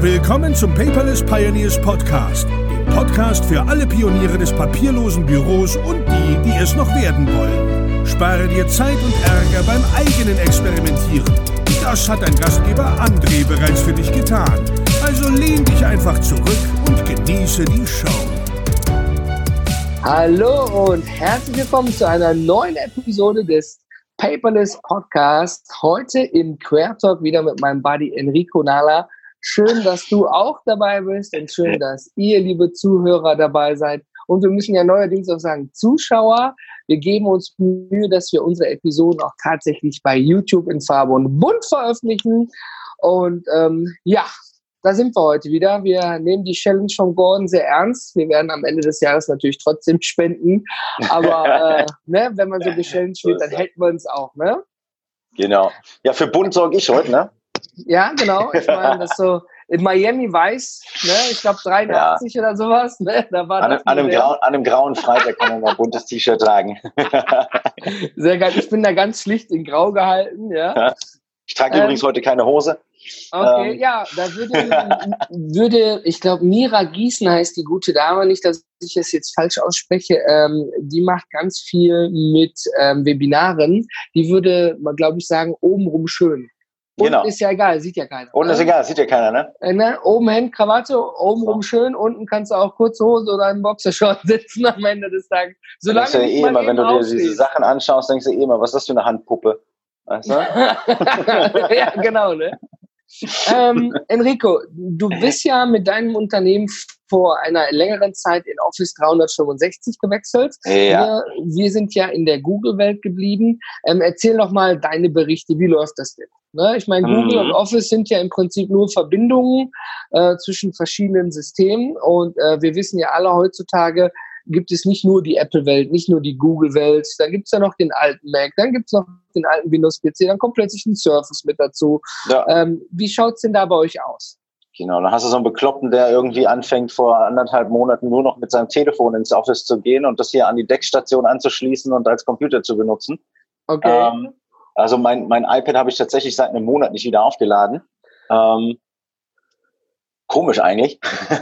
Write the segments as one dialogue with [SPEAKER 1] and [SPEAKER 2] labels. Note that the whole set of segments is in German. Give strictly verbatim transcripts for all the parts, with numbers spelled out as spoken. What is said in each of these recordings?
[SPEAKER 1] Willkommen zum Paperless Pioneers Podcast, dem Podcast für alle Pioniere des papierlosen Büros und die, die es noch werden wollen. Spare dir Zeit und Ärger beim eigenen Experimentieren. Das hat dein Gastgeber André bereits für dich getan. Also lehn dich einfach zurück und genieße die Show.
[SPEAKER 2] Hallo und herzlich willkommen zu einer neuen Episode des Paperless Podcast. Heute im Quer Talk wieder mit meinem Buddy Enrico Nahler. Schön, dass du auch dabei bist und schön, dass ihr, liebe Zuhörer, dabei seid. Und wir müssen ja neuerdings auch sagen, Zuschauer, wir geben uns Mühe, dass wir unsere Episoden auch tatsächlich bei YouTube in Farbe und bunt veröffentlichen. Und ähm, ja, da sind wir heute wieder. Wir nehmen die Challenge von Gordon sehr ernst. Wir werden am Ende des Jahres natürlich trotzdem spenden. Aber äh, ne, wenn man so gechallenged wird, dann hält man es auch, ne?
[SPEAKER 3] Genau. Ja, für bunt sorge ich heute, ne?
[SPEAKER 2] Ja, genau. Ich meine, das so in Miami Weiß, ne? Ich glaube dreiundachtzig ja. Oder sowas, ne? Da war
[SPEAKER 3] an,
[SPEAKER 2] das
[SPEAKER 3] an, einem grauen, an einem grauen Freitag kann man mal ein buntes T-Shirt tragen.
[SPEAKER 2] Sehr geil. Ich bin da ganz schlicht in Grau gehalten, ja.
[SPEAKER 3] Ich trage ähm, übrigens heute keine Hose.
[SPEAKER 2] Okay, ähm. ja, da würde, würde ich glaube, Mira Gießen heißt die gute Dame, nicht, dass ich es jetzt falsch ausspreche, ähm, die macht ganz viel mit ähm, Webinaren. Die würde, glaube ich, sagen, obenrum schön. Und
[SPEAKER 3] genau.
[SPEAKER 2] Ist ja egal, sieht ja keiner.
[SPEAKER 3] Und ist
[SPEAKER 2] ne?
[SPEAKER 3] egal, sieht ja keiner, ne?
[SPEAKER 2] Äh, ne? Oben Hemd, Krawatte, obenrum schön, unten kannst du auch kurze Hose oder einen Boxershort sitzen am Ende des Tages.
[SPEAKER 3] Solange du eh immer, wenn du dir diese Sachen anschaust, denkst du eh immer, was ist das für eine Handpuppe? Weißt du?
[SPEAKER 2] Ja, genau, ne? ähm, Enrico, du bist ja mit deinem Unternehmen vor einer längeren Zeit in Office dreihundertfünfundsechzig gewechselt.
[SPEAKER 3] Ja.
[SPEAKER 2] Wir, wir sind ja in der Google-Welt geblieben. Ähm, erzähl doch mal deine Berichte, wie läuft das denn? Ne? Ich meine, Google mhm. und Office sind ja im Prinzip nur Verbindungen äh, zwischen verschiedenen Systemen und äh, wir wissen ja alle heutzutage, gibt es nicht nur die Apple-Welt, nicht nur die Google-Welt, dann gibt es ja noch den alten Mac, dann gibt es noch den alten Windows-P C, dann kommt plötzlich ein Surface mit dazu. Ja. Ähm, wie schaut's denn da bei euch aus?
[SPEAKER 3] Genau, dann hast du so einen Bekloppten, der irgendwie anfängt, vor anderthalb Monaten nur noch mit seinem Telefon ins Office zu gehen und das hier an die Deckstation anzuschließen und als Computer zu benutzen.
[SPEAKER 2] Okay.
[SPEAKER 3] Ähm, also mein, mein iPad habe ich tatsächlich seit einem Monat nicht wieder aufgeladen. Ähm, komisch eigentlich.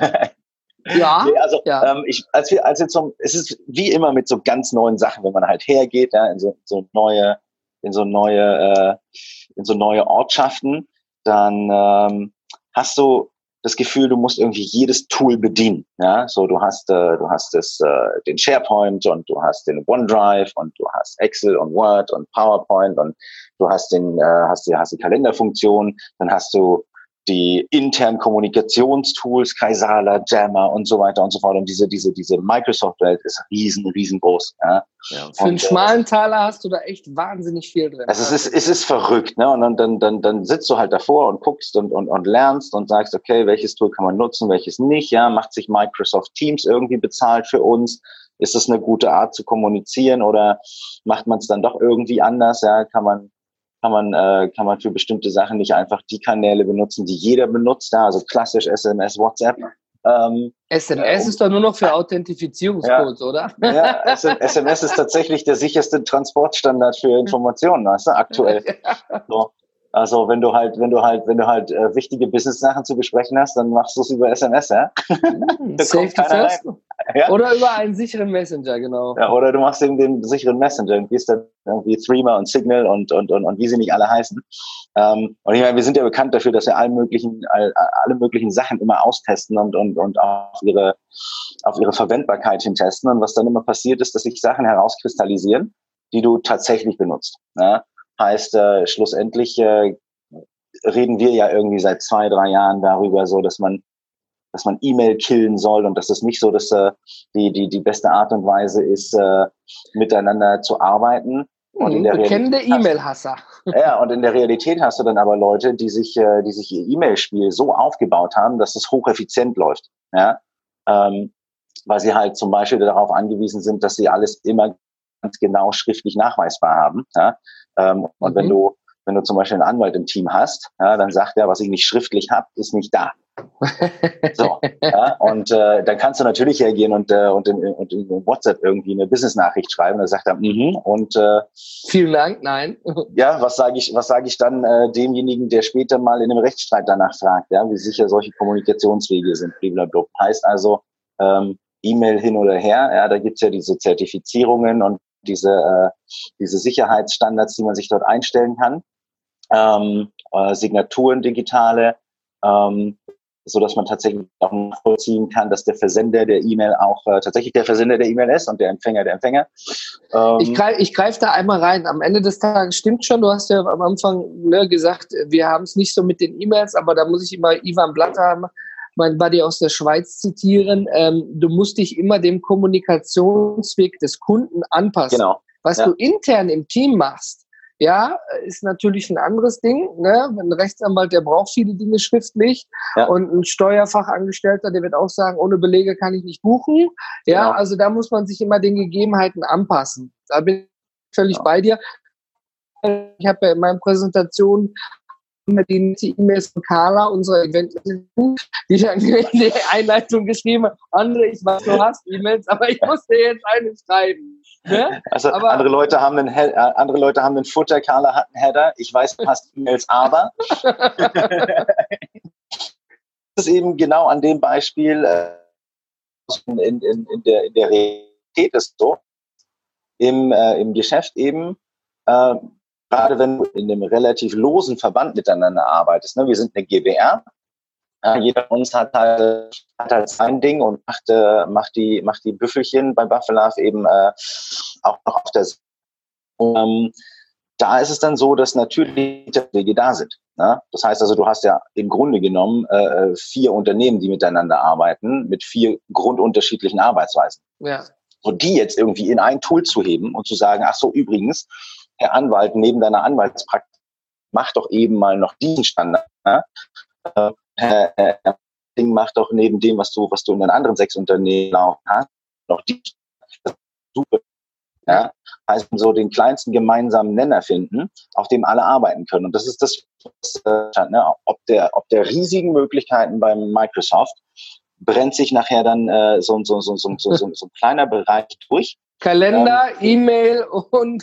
[SPEAKER 2] Ja,
[SPEAKER 3] nee, also
[SPEAKER 2] ja.
[SPEAKER 3] Ähm, ich, als wir, als jetzt so, es ist wie immer mit so ganz neuen Sachen, wenn man halt hergeht, ja, in so, so neue, in so neue, äh, in so neue Ortschaften, dann ähm, hast du das Gefühl, du musst irgendwie jedes Tool bedienen, ja, so du hast, äh, du hast das, äh, den SharePoint und du hast den OneDrive und du hast Excel und Word und PowerPoint und du hast den, äh, hast die, hast die Kalenderfunktion, dann hast du die internen Kommunikationstools, Kaisala, Jammer und so weiter und so fort. Und diese, diese, diese Microsoft-Welt ist riesen, riesengroß. Ja.
[SPEAKER 2] Ja, für und, einen schmalen Taler hast du da echt wahnsinnig viel drin.
[SPEAKER 3] Also es ist, es ist verrückt, ne? Und dann, dann, dann, dann sitzt du halt davor und guckst und, und, und lernst und sagst, okay, welches Tool kann man nutzen, welches nicht, ja? Macht sich Microsoft Teams irgendwie bezahlt für uns? Ist das eine gute Art zu kommunizieren oder macht man es dann doch irgendwie anders, ja? Kann man, kann man, äh, kann man für bestimmte Sachen nicht einfach die Kanäle benutzen, die jeder benutzt, ja? Also klassisch S M S, WhatsApp. Ähm,
[SPEAKER 2] S M S äh, um, ist doch nur noch für Authentifizierungscodes,
[SPEAKER 3] ja,
[SPEAKER 2] oder?
[SPEAKER 3] Ja, S M S ist tatsächlich der sicherste Transportstandard für Informationen, weißt du, aktuell. So. Also wenn du halt, wenn du halt, wenn du halt äh, wichtige Business-Sachen zu besprechen hast, dann machst du es über S M S, ja?
[SPEAKER 2] Safety first. Ja? Oder über einen sicheren Messenger, genau.
[SPEAKER 3] Ja, oder du machst eben den sicheren Messenger und gehst dann irgendwie Threema und Signal und und und und wie sie nicht alle heißen. Ähm, und ich meine, wir sind ja bekannt dafür, dass wir alle möglichen all, alle möglichen Sachen immer austesten und und und auf ihre auf ihre Verwendbarkeit hintesten. Und was dann immer passiert ist, dass sich Sachen herauskristallisieren, die du tatsächlich benutzt. Ja? Heißt, äh, schlussendlich äh, reden wir ja irgendwie seit zwei, drei Jahren darüber, so dass man, dass man E-Mail killen soll und dass es nicht so, dass äh, die die die beste Art und Weise ist, äh, miteinander zu arbeiten.
[SPEAKER 2] Und in der bekennende E-Mail-Hasser.
[SPEAKER 3] Ja, und in der Realität hast du dann aber Leute, die sich, äh, die sich ihr E-Mail-Spiel so aufgebaut haben, dass es hocheffizient läuft. Ja, ähm, weil sie halt zum Beispiel darauf angewiesen sind, dass sie alles immer ganz genau schriftlich nachweisbar haben. Ja? Ähm, und mhm. wenn du wenn du zum Beispiel einen Anwalt im Team hast, ja, dann sagt er, was ich nicht schriftlich habe, ist nicht da. So, ja, und äh, dann kannst du natürlich hergehen und, äh, und, in, und in WhatsApp irgendwie eine Business-Nachricht schreiben. Und dann sagt er, mhm, und äh,
[SPEAKER 2] vielen Dank, nein.
[SPEAKER 3] Ja, was sage ich, was sage ich dann äh, demjenigen, der später mal in einem Rechtsstreit danach fragt, ja, wie sicher solche Kommunikationswege sind, blablabla. Heißt also, ähm, E-Mail hin oder her, ja, da gibt's ja diese Zertifizierungen und diese, äh, diese Sicherheitsstandards, die man sich dort einstellen kann, ähm, äh, Signaturen digitale, ähm, so dass man tatsächlich auch nachvollziehen kann, dass der Versender der E-Mail auch äh, tatsächlich der Versender der E-Mail ist und der Empfänger der Empfänger.
[SPEAKER 2] Ähm, ich greife ich greif da einmal rein. Am Ende des Tages stimmt schon, du hast ja am Anfang ne, gesagt, wir haben es nicht so mit den E-Mails, aber da muss ich immer Ivan Blatter, mein Buddy aus der Schweiz, zitieren. Ähm, du musst dich immer dem Kommunikationsweg des Kunden anpassen.
[SPEAKER 3] Genau.
[SPEAKER 2] Was ja. du intern im Team machst, ja, ist natürlich ein anderes Ding. Ne? Ein Rechtsanwalt, der braucht viele Dinge schriftlich. Ja. Und ein Steuerfachangestellter, der wird auch sagen, ohne Belege kann ich nicht buchen. Ja, genau. Also da muss man sich immer den Gegebenheiten anpassen. Da bin ich völlig ja. bei dir. Ich habe ja in meinen Präsentationen die E-Mails von Carla, unserer Event, die dann in die Einleitung geschrieben hat, André, ich weiß, du hast E-Mails, aber ich muss dir jetzt eine schreiben. Ne?
[SPEAKER 3] Also
[SPEAKER 2] aber,
[SPEAKER 3] andere Leute haben einen He- äh, andere Leute haben einen Footer, Carla hat einen Header, ich weiß, du hast E-Mails, aber das ist eben genau an dem Beispiel äh, in, in, in, der, in der Realität ist so, im, äh, im Geschäft eben, äh, gerade wenn du in einem relativ losen Verband miteinander arbeitest, ne? Wir sind eine G b R, ja, jeder von uns hat halt, hat halt sein Ding und macht, äh, macht die, macht die Büffelchen bei Buffalo eben äh, auch noch auf der Seite. Ähm, da ist es dann so, dass natürlich Wege da sind. Ne? Das heißt also, du hast ja im Grunde genommen äh, vier Unternehmen, die miteinander arbeiten, mit vier grundunterschiedlichen Arbeitsweisen.
[SPEAKER 2] Ja.
[SPEAKER 3] Und die jetzt irgendwie in ein Tool zu heben und zu sagen, ach so, übrigens, Herr Anwalt, neben deiner Anwaltspraxis, mach doch eben mal noch diesen Standard. Ne? Äh, Herr, Herr Ding, mach doch neben dem, was du, was du in den anderen sechs Unternehmen hast, noch die super. Ja? Heißt so den kleinsten gemeinsamen Nenner finden, auf dem alle arbeiten können. Und das ist das, was, äh, ne, ob der, ob der riesigen Möglichkeiten beim Microsoft brennt sich nachher dann äh, so, so, so, so, so, so, so ein kleiner Bereich durch.
[SPEAKER 2] Kalender, ähm, E-Mail und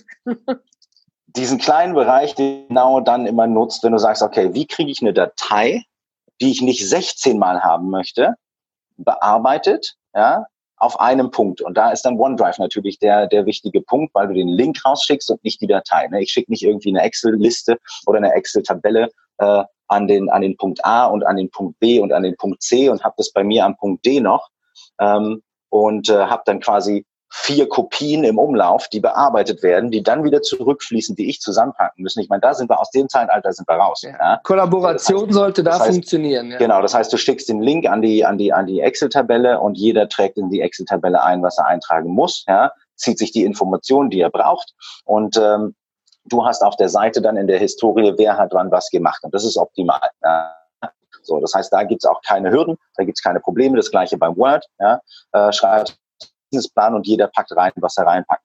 [SPEAKER 3] diesen kleinen Bereich, den du genau dann immer nutzt, wenn du sagst, okay, wie kriege ich eine Datei, die ich nicht sechzehn Mal haben möchte, bearbeitet, ja, auf einem Punkt. Und da ist dann OneDrive natürlich der, der wichtige Punkt, weil du den Link rausschickst und nicht die Datei. Ne? Ich schicke nicht irgendwie eine Excel-Liste oder eine Excel-Tabelle äh, an den, an den Punkt A und an den Punkt B und an den Punkt C und habe das bei mir am Punkt D noch ähm, und äh, habe dann quasi vier Kopien im Umlauf, die bearbeitet werden, die dann wieder zurückfließen, die ich zusammenpacken müssen. Ich meine, da sind wir aus dem Zeitalter sind wir raus.
[SPEAKER 2] Ja.
[SPEAKER 3] Ja?
[SPEAKER 2] Kollaboration das heißt, sollte da das heißt, funktionieren. Ja.
[SPEAKER 3] Genau, das heißt, du schickst den Link an die an die an die Excel-Tabelle und jeder trägt in die Excel-Tabelle ein, was er eintragen muss. Ja? Zieht sich die Informationen, die er braucht und ähm, du hast auf der Seite dann in der Historie, wer hat wann was gemacht und das ist optimal. Ja? So, das heißt, da gibt's auch keine Hürden, da gibt's keine Probleme. Das Gleiche beim Word. Ja? Äh, schreibt Businessplan und jeder packt rein, was er reinpackt.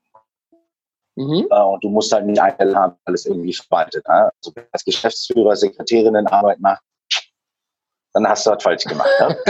[SPEAKER 3] Mhm. Uh, und du musst halt nicht einzeln haben, alles irgendwie verwaltet. Ne? Also wenn als Geschäftsführer Sekretärinnen Arbeit macht, dann hast du das falsch gemacht.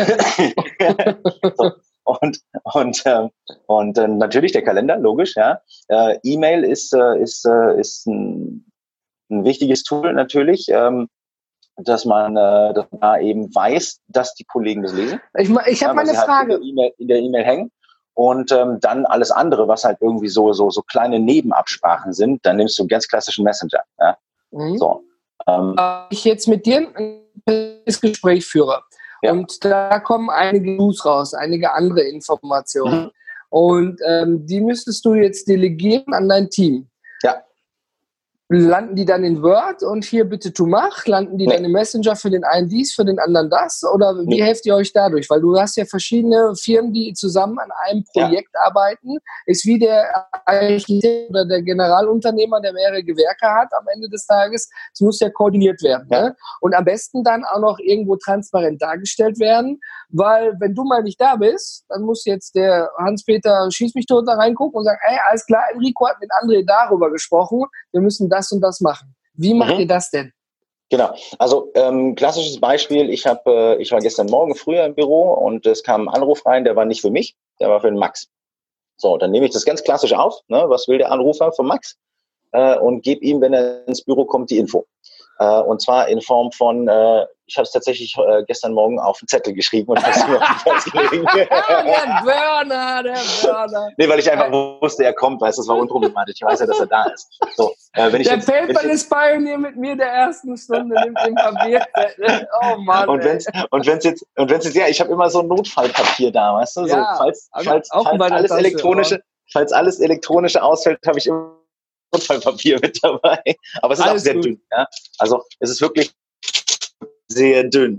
[SPEAKER 3] Ne? So. Und und ähm, und äh, natürlich der Kalender, logisch. Ja. Äh, E-Mail ist äh, ist äh, ist ein, ein wichtiges Tool natürlich, ähm, dass man äh, dass man da eben weiß, dass die Kollegen das lesen.
[SPEAKER 2] Ich, ich habe ja, mal eine Frage.
[SPEAKER 3] Halt in der E-Mail, in der E-Mail hängen. Und ähm, dann alles andere, was halt irgendwie so so so kleine Nebenabsprachen sind, dann nimmst du einen ganz klassischen Messenger. Ja? Mhm. So. Ähm,
[SPEAKER 2] ich jetzt mit dir ein Gespräch führe ja. und da kommen einige News raus, einige andere Informationen mhm. und ähm, die müsstest du jetzt delegieren an dein Team.
[SPEAKER 3] Ja.
[SPEAKER 2] Landen die dann in Word und hier bitte tu mach? Landen die nee. dann im Messenger für den einen dies, für den anderen das? Oder wie nee. helft ihr euch dadurch? Weil du hast ja verschiedene Firmen, die zusammen an einem Projekt ja. arbeiten. Ist wie der Architekt oder der Generalunternehmer, der mehrere Gewerke hat am Ende des Tages. Es muss ja koordiniert werden. Ja. Ne? Und am besten dann auch noch irgendwo transparent dargestellt werden. Weil wenn du mal nicht da bist, dann muss jetzt der Hans-Peter Schieß-mich-tot da reingucken und sagen, ey, alles klar, Enrico hat mit André darüber gesprochen, wir müssen das und das machen. Wie macht mhm. ihr das denn?
[SPEAKER 3] Genau. Also ähm, klassisches Beispiel, ich habe, äh, ich war gestern Morgen früher im Büro und es kam ein Anruf rein, der war nicht für mich, der war für den Max. So, dann nehme ich das ganz klassisch auf, ne? Was will der Anrufer von Max? Äh, und gebe ihm, wenn er ins Büro kommt, die Info. Äh, und zwar in Form von, äh, ich habe es tatsächlich äh, gestern Morgen auf den Zettel geschrieben und hast mir auf den Platz gelegen.
[SPEAKER 2] Der Burner, der Burner.
[SPEAKER 3] Nee, weil ich einfach wusste, er kommt, weißt du, das war unproblematisch. Ich weiß ja, dass er da ist. So, äh, wenn ich
[SPEAKER 2] der
[SPEAKER 3] jetzt,
[SPEAKER 2] Paperless Pioneer mit mir der ersten Stunde nimmt den Papierzettel. Oh Mann.
[SPEAKER 3] Und wenn es und wenn's jetzt, und wenn's jetzt, ja, ich habe immer so ein Notfallpapier da, weißt du,
[SPEAKER 2] ja,
[SPEAKER 3] so, falls, falls,
[SPEAKER 2] auch
[SPEAKER 3] falls alles
[SPEAKER 2] Tasche,
[SPEAKER 3] elektronische, aber. falls alles elektronische ausfällt, habe ich immer Notfallpapier mit dabei. Aber es ist alles auch sehr gut. dünn, ja. Also, es ist wirklich sehr dünn.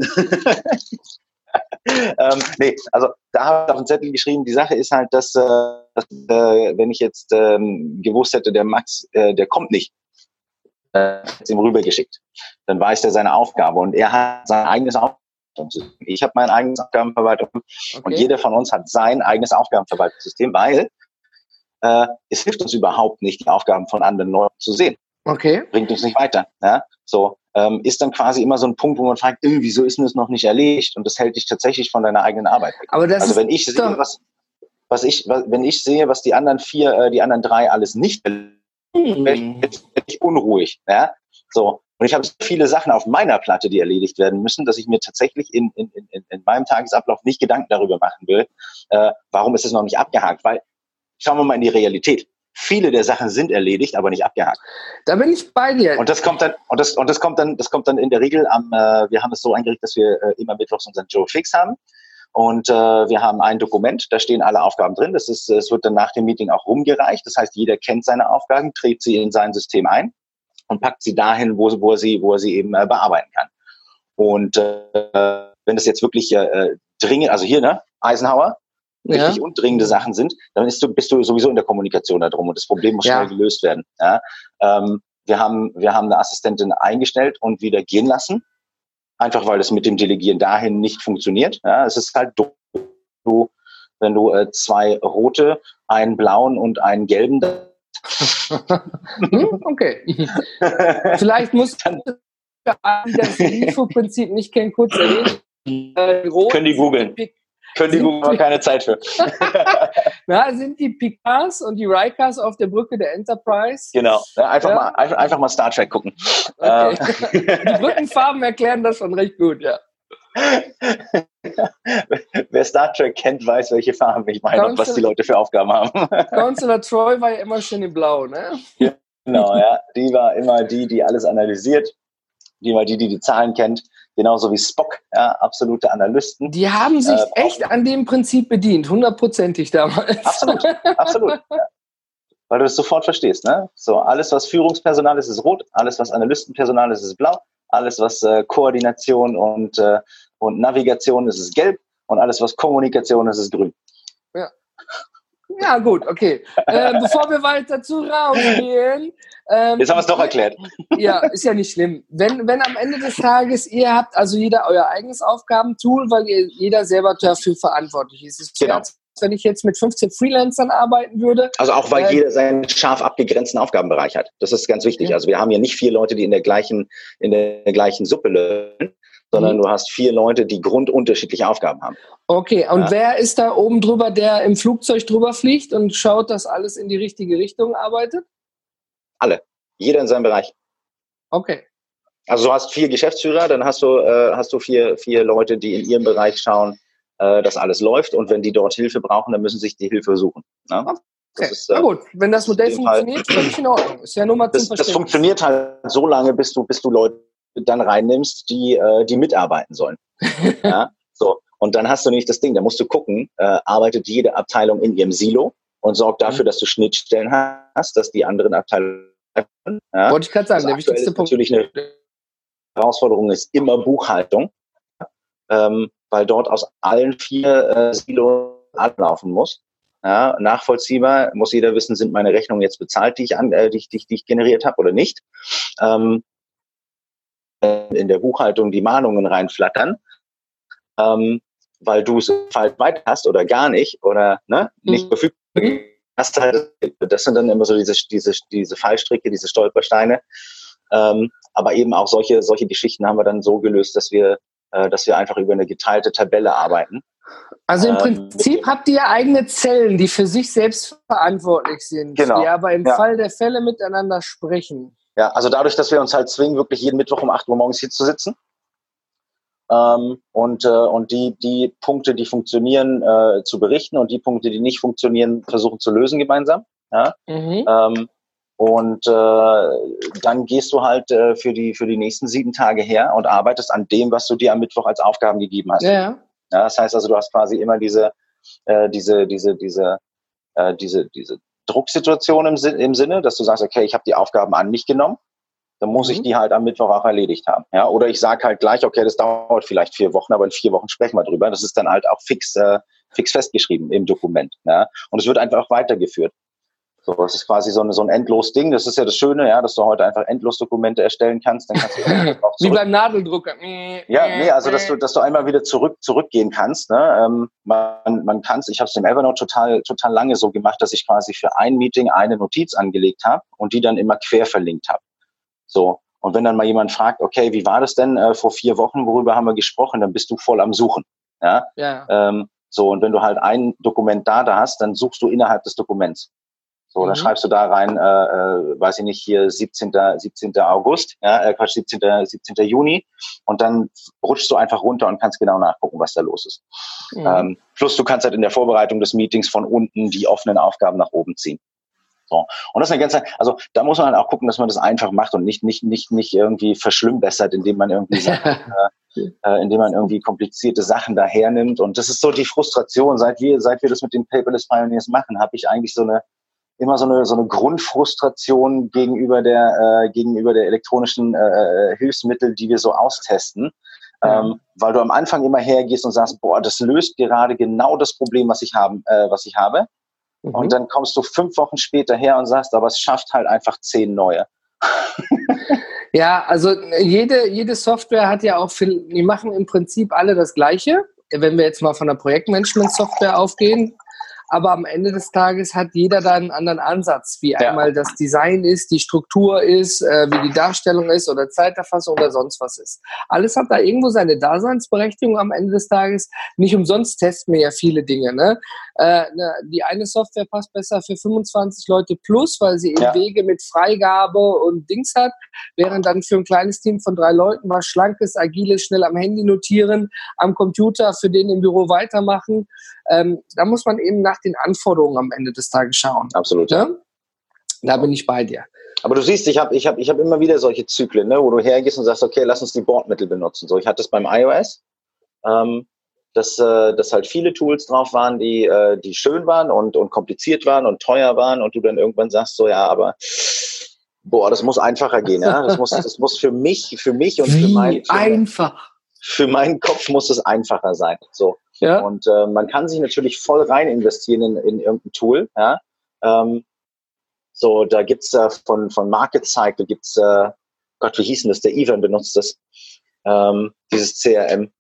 [SPEAKER 3] ähm, nee, also da habe ich auf den Zettel geschrieben, die Sache ist halt, dass, äh, dass äh, wenn ich jetzt ähm, gewusst hätte, der Max, äh, der kommt nicht, äh, hat ihm rübergeschickt, dann weiß der seine Aufgabe und er hat sein eigenes Aufgabenverwaltungssystem. Ich habe mein eigenes Aufgabenverwaltungssystem okay. Und jeder von uns hat sein eigenes Aufgabenverwaltungssystem, weil äh, es hilft uns überhaupt nicht, die Aufgaben von anderen Leuten zu sehen.
[SPEAKER 2] Okay.
[SPEAKER 3] Bringt uns nicht weiter. Ja? So ähm, ist dann quasi immer so ein Punkt, wo man fragt, äh, wieso ist mir das noch nicht erledigt? Und das hält dich tatsächlich von deiner eigenen Arbeit weg.
[SPEAKER 2] Aber das
[SPEAKER 3] also wenn ich
[SPEAKER 2] ist
[SPEAKER 3] sehe, was, was ich, was, wenn ich sehe, was die anderen vier, äh, die anderen drei alles nicht erledigen, hm. bin ich unruhig. Ja? So. Und ich habe so viele Sachen auf meiner Platte, die erledigt werden müssen, dass ich mir tatsächlich in, in, in, in meinem Tagesablauf nicht Gedanken darüber machen will, äh, warum ist es noch nicht abgehakt? Weil, schauen wir mal in die Realität. Viele der Sachen sind erledigt, aber nicht abgehakt.
[SPEAKER 2] Da bin ich bei dir.
[SPEAKER 3] Und das kommt dann, und das, und das kommt dann, das kommt dann in der Regel am, äh, wir haben es so eingerichtet, dass wir äh, immer mittwochs unseren Joe Fix haben. Und äh, wir haben ein Dokument, da stehen alle Aufgaben drin. Das ist, es wird dann nach dem Meeting auch rumgereicht. Das heißt, jeder kennt seine Aufgaben, trägt sie in sein System ein und packt sie dahin, wo, wo er sie, wo er sie eben äh, bearbeiten kann. Und äh, wenn das jetzt wirklich äh, dringend, also hier, ne, Eisenhower, wichtig ja. und dringende Sachen sind, dann bist du, bist du sowieso in der Kommunikation da drum und das Problem muss ja. schnell gelöst werden. Ja? Ähm, wir haben, wir haben eine Assistentin eingestellt und wieder gehen lassen, einfach weil das mit dem Delegieren dahin nicht funktioniert. Ja? Es ist halt doof, du, wenn du äh, zwei rote, einen blauen und einen gelben.
[SPEAKER 2] Okay. Vielleicht muss dann das I F O-Prinzip nicht kennen, kurz erwähnen.
[SPEAKER 3] Äh, Können die googeln. Können die Google aber keine Zeit für.
[SPEAKER 2] Na, sind die Picards und die Rikers auf der Brücke der Enterprise?
[SPEAKER 3] Genau. Ja, einfach, ja. Mal, einfach, einfach mal Star Trek gucken.
[SPEAKER 2] Okay. Die Brückenfarben erklären das schon recht gut, ja.
[SPEAKER 3] Wer Star Trek kennt, weiß, welche Farben ich meine und was die Leute für Aufgaben haben.
[SPEAKER 2] Counselor Troy war ja immer schön in Blau, ne?
[SPEAKER 3] Genau, ja. Die war immer die, die alles analysiert. Die war die, die die Zahlen kennt. Genauso wie Spock, ja, absolute Analysten.
[SPEAKER 2] Die haben sich äh, echt an dem Prinzip bedient, hundertprozentig damals.
[SPEAKER 3] Absolut, absolut. Ja. Weil du es sofort verstehst, ne? So, alles, was Führungspersonal ist, ist rot, alles, was Analystenpersonal ist, ist blau, alles, was äh, Koordination und, äh, und Navigation ist, ist gelb und alles, was Kommunikation ist, ist grün.
[SPEAKER 2] Ja. Ja, gut, okay. Äh, bevor wir weiter zu rausgehen. Ähm,
[SPEAKER 3] Jetzt haben wir es doch erklärt.
[SPEAKER 2] Ja, ist ja nicht schlimm. Wenn, wenn am Ende des Tages ihr habt, also jeder euer eigenes Aufgabentool, weil ihr, jeder selber dafür verantwortlich ist. ist
[SPEAKER 3] genau.
[SPEAKER 2] Jetzt, wenn ich jetzt mit fünfzehn Freelancern arbeiten würde.
[SPEAKER 3] Also auch, weil
[SPEAKER 2] äh,
[SPEAKER 3] jeder seinen scharf abgegrenzten Aufgabenbereich hat. Das ist ganz wichtig. Ja. Also wir haben ja nicht vier Leute, die in der gleichen, in der gleichen Suppe lösen, sondern mhm. du hast vier Leute, die grundunterschiedliche Aufgaben haben.
[SPEAKER 2] Okay, und
[SPEAKER 3] ja.
[SPEAKER 2] wer ist da oben drüber, der im Flugzeug drüber fliegt und schaut, dass alles in die richtige Richtung arbeitet?
[SPEAKER 3] Alle. Jeder in seinem Bereich.
[SPEAKER 2] Okay.
[SPEAKER 3] Also du hast vier Geschäftsführer, dann hast du, äh, hast du vier, vier Leute, die in ihrem Bereich schauen, äh, dass alles läuft. Und wenn die dort Hilfe brauchen, dann müssen sie sich die Hilfe suchen. Ne?
[SPEAKER 2] Okay.
[SPEAKER 3] Das ist, äh,
[SPEAKER 2] na gut, wenn das Modell funktioniert, ist völlig in Ordnung. Ist ja nur mal
[SPEAKER 3] das,
[SPEAKER 2] zum
[SPEAKER 3] das funktioniert halt so lange, bis du, bis du Leute dann reinnimmst, die, äh, die mitarbeiten sollen. Ja? So. Und dann hast du nämlich das Ding, da musst du gucken, äh, arbeitet jede Abteilung in ihrem Silo und sorgt dafür, mhm. dass du Schnittstellen hast, dass die anderen Abteilungen. Ja?
[SPEAKER 2] Wollte ich gerade sagen,
[SPEAKER 3] also
[SPEAKER 2] der wichtigste Punkt.
[SPEAKER 3] Natürlich eine Herausforderung ist immer Buchhaltung, ähm, weil dort aus allen vier äh, Silos ablaufen muss. Ja? Nachvollziehbar muss jeder wissen, sind meine Rechnungen jetzt bezahlt, die ich, an, äh, die ich, die ich, die ich generiert habe oder nicht. Ähm, in der Buchhaltung die Mahnungen reinflattern, ähm, weil du es falsch weit hast oder gar nicht oder ne, nicht verfügbar mhm. hast. Halt, das sind dann immer so diese, diese, diese Fallstricke, diese Stolpersteine. Ähm, aber eben auch solche solche Geschichten haben wir dann so gelöst, dass wir äh, dass wir einfach über eine geteilte Tabelle arbeiten.
[SPEAKER 2] Also im
[SPEAKER 3] Ähm,
[SPEAKER 2] Prinzip habt ihr eigene Zellen, die für sich selbst verantwortlich sind,
[SPEAKER 3] genau.
[SPEAKER 2] die aber im
[SPEAKER 3] ja.
[SPEAKER 2] Fall der Fälle miteinander sprechen.
[SPEAKER 3] Ja, also dadurch, dass wir uns halt zwingen, wirklich jeden Mittwoch um acht Uhr morgens hier zu sitzen, ähm, und, äh, und die, die Punkte, die funktionieren, äh, zu berichten und die Punkte, die nicht funktionieren, versuchen zu lösen gemeinsam. Ja?
[SPEAKER 2] Mhm.
[SPEAKER 3] Ähm, und äh, dann gehst du halt äh, für die für die nächsten sieben Tage her und arbeitest an dem, was du dir am Mittwoch als Aufgaben gegeben hast.
[SPEAKER 2] Ja.
[SPEAKER 3] Ja, das heißt also, du hast quasi immer diese äh, diese diese diese äh, diese diese Drucksituation im, im Sinne, dass du sagst, okay, ich habe die Aufgaben an mich genommen, dann muss mhm. ich die halt am Mittwoch auch erledigt haben. Ja, oder ich sage halt gleich, okay, das dauert vielleicht vier Wochen, aber in vier Wochen sprechen wir drüber. Das ist dann halt auch fix äh, fix festgeschrieben im Dokument. Ja? Und es wird einfach weitergeführt. So, das ist quasi so, eine, so ein endlos Ding. Das ist ja das Schöne, ja, dass du heute einfach endlos Dokumente erstellen kannst. Dann kannst du auch
[SPEAKER 2] wie beim Nadeldrucker.
[SPEAKER 3] Ja, nee, also dass du, dass du einmal wieder zurück zurückgehen kannst. Ne? Ähm, man, man kann es. Ich habe es im Evernote total total lange so gemacht, dass ich quasi für ein Meeting eine Notiz angelegt habe und die dann immer quer verlinkt habe. So, und wenn dann mal jemand fragt, okay, wie war das denn äh, vor vier Wochen? Worüber haben wir gesprochen? Dann bist du voll am Suchen. Ja.
[SPEAKER 2] Ja.
[SPEAKER 3] Ähm, so, und wenn du halt ein Dokument da da hast, dann suchst du innerhalb des Dokuments. So, dann mhm. schreibst du da rein, äh, äh, weiß ich nicht, hier siebzehnter August, ja, äh, Quatsch, siebzehnter Juni, und dann rutschst du einfach runter und kannst genau nachgucken, was da los ist. Mhm. Ähm, plus du kannst halt in der Vorbereitung des Meetings von unten die offenen Aufgaben nach oben ziehen. So. Und das ist eine ganze, also da muss man halt auch gucken, dass man das einfach macht und nicht nicht nicht nicht irgendwie verschlimmbessert, indem man irgendwie Sachen, äh, äh, indem man irgendwie komplizierte Sachen daher nimmt. Und das ist so die Frustration, seit wir seit wir das mit den Paperless Pioneers machen, habe ich eigentlich so eine immer so eine so eine Grundfrustration gegenüber der äh, gegenüber der elektronischen äh, Hilfsmittel, die wir so austesten, ja. ähm, weil du am Anfang immer hergehst und sagst, boah, das löst gerade genau das Problem, was ich haben äh, was ich habe, mhm. und dann kommst du fünf Wochen später her und sagst, aber es schafft halt einfach zehn neue.
[SPEAKER 2] Ja, also jede jede Software hat ja auch viel, die machen im Prinzip alle das Gleiche, wenn wir jetzt mal von der Projektmanagement-Software aufgehen. Aber am Ende des Tages hat jeder da einen anderen Ansatz, wie ja. einmal das Design ist, die Struktur ist, äh, wie die Darstellung ist oder Zeiterfassung oder sonst was ist. Alles hat da irgendwo seine Daseinsberechtigung am Ende des Tages. Nicht umsonst testen wir ja viele Dinge. Ne? Äh, ne, die eine Software passt besser für fünfundzwanzig Leute plus, weil sie eben ja. Wege mit Freigabe und Dings hat, während dann für ein kleines Team von drei Leuten was Schlankes, Agiles, schnell am Handy notieren, am Computer, für den im Büro weitermachen. Ähm, da muss man eben nach den Anforderungen am Ende des Tages schauen.
[SPEAKER 3] Absolut.
[SPEAKER 2] Ja? Da bin ich bei dir.
[SPEAKER 3] Aber du siehst, ich habe ich hab, ich hab immer wieder solche Zyklen, ne, wo du hergehst und sagst, okay, lass uns die Bordmittel benutzen. So, ich hatte es beim iOS, ähm, dass, äh, dass halt viele Tools drauf waren, die, äh, die schön waren und, und kompliziert waren und teuer waren, und du dann irgendwann sagst, so ja, aber boah, das muss einfacher gehen. Ja? Das muss, das muss für mich, für mich und
[SPEAKER 2] Wie
[SPEAKER 3] für mein, für
[SPEAKER 2] einfach.
[SPEAKER 3] Für meinen Kopf muss es einfacher sein. So.
[SPEAKER 2] Ja.
[SPEAKER 3] Und äh, man kann sich natürlich voll rein investieren in, in irgendein Tool. Ja? Ähm, so, da gibt's äh, von, von Market Cycle gibt's, äh, Gott, wie hieß denn das? Der Ivan benutzt das. Ähm, dieses C R M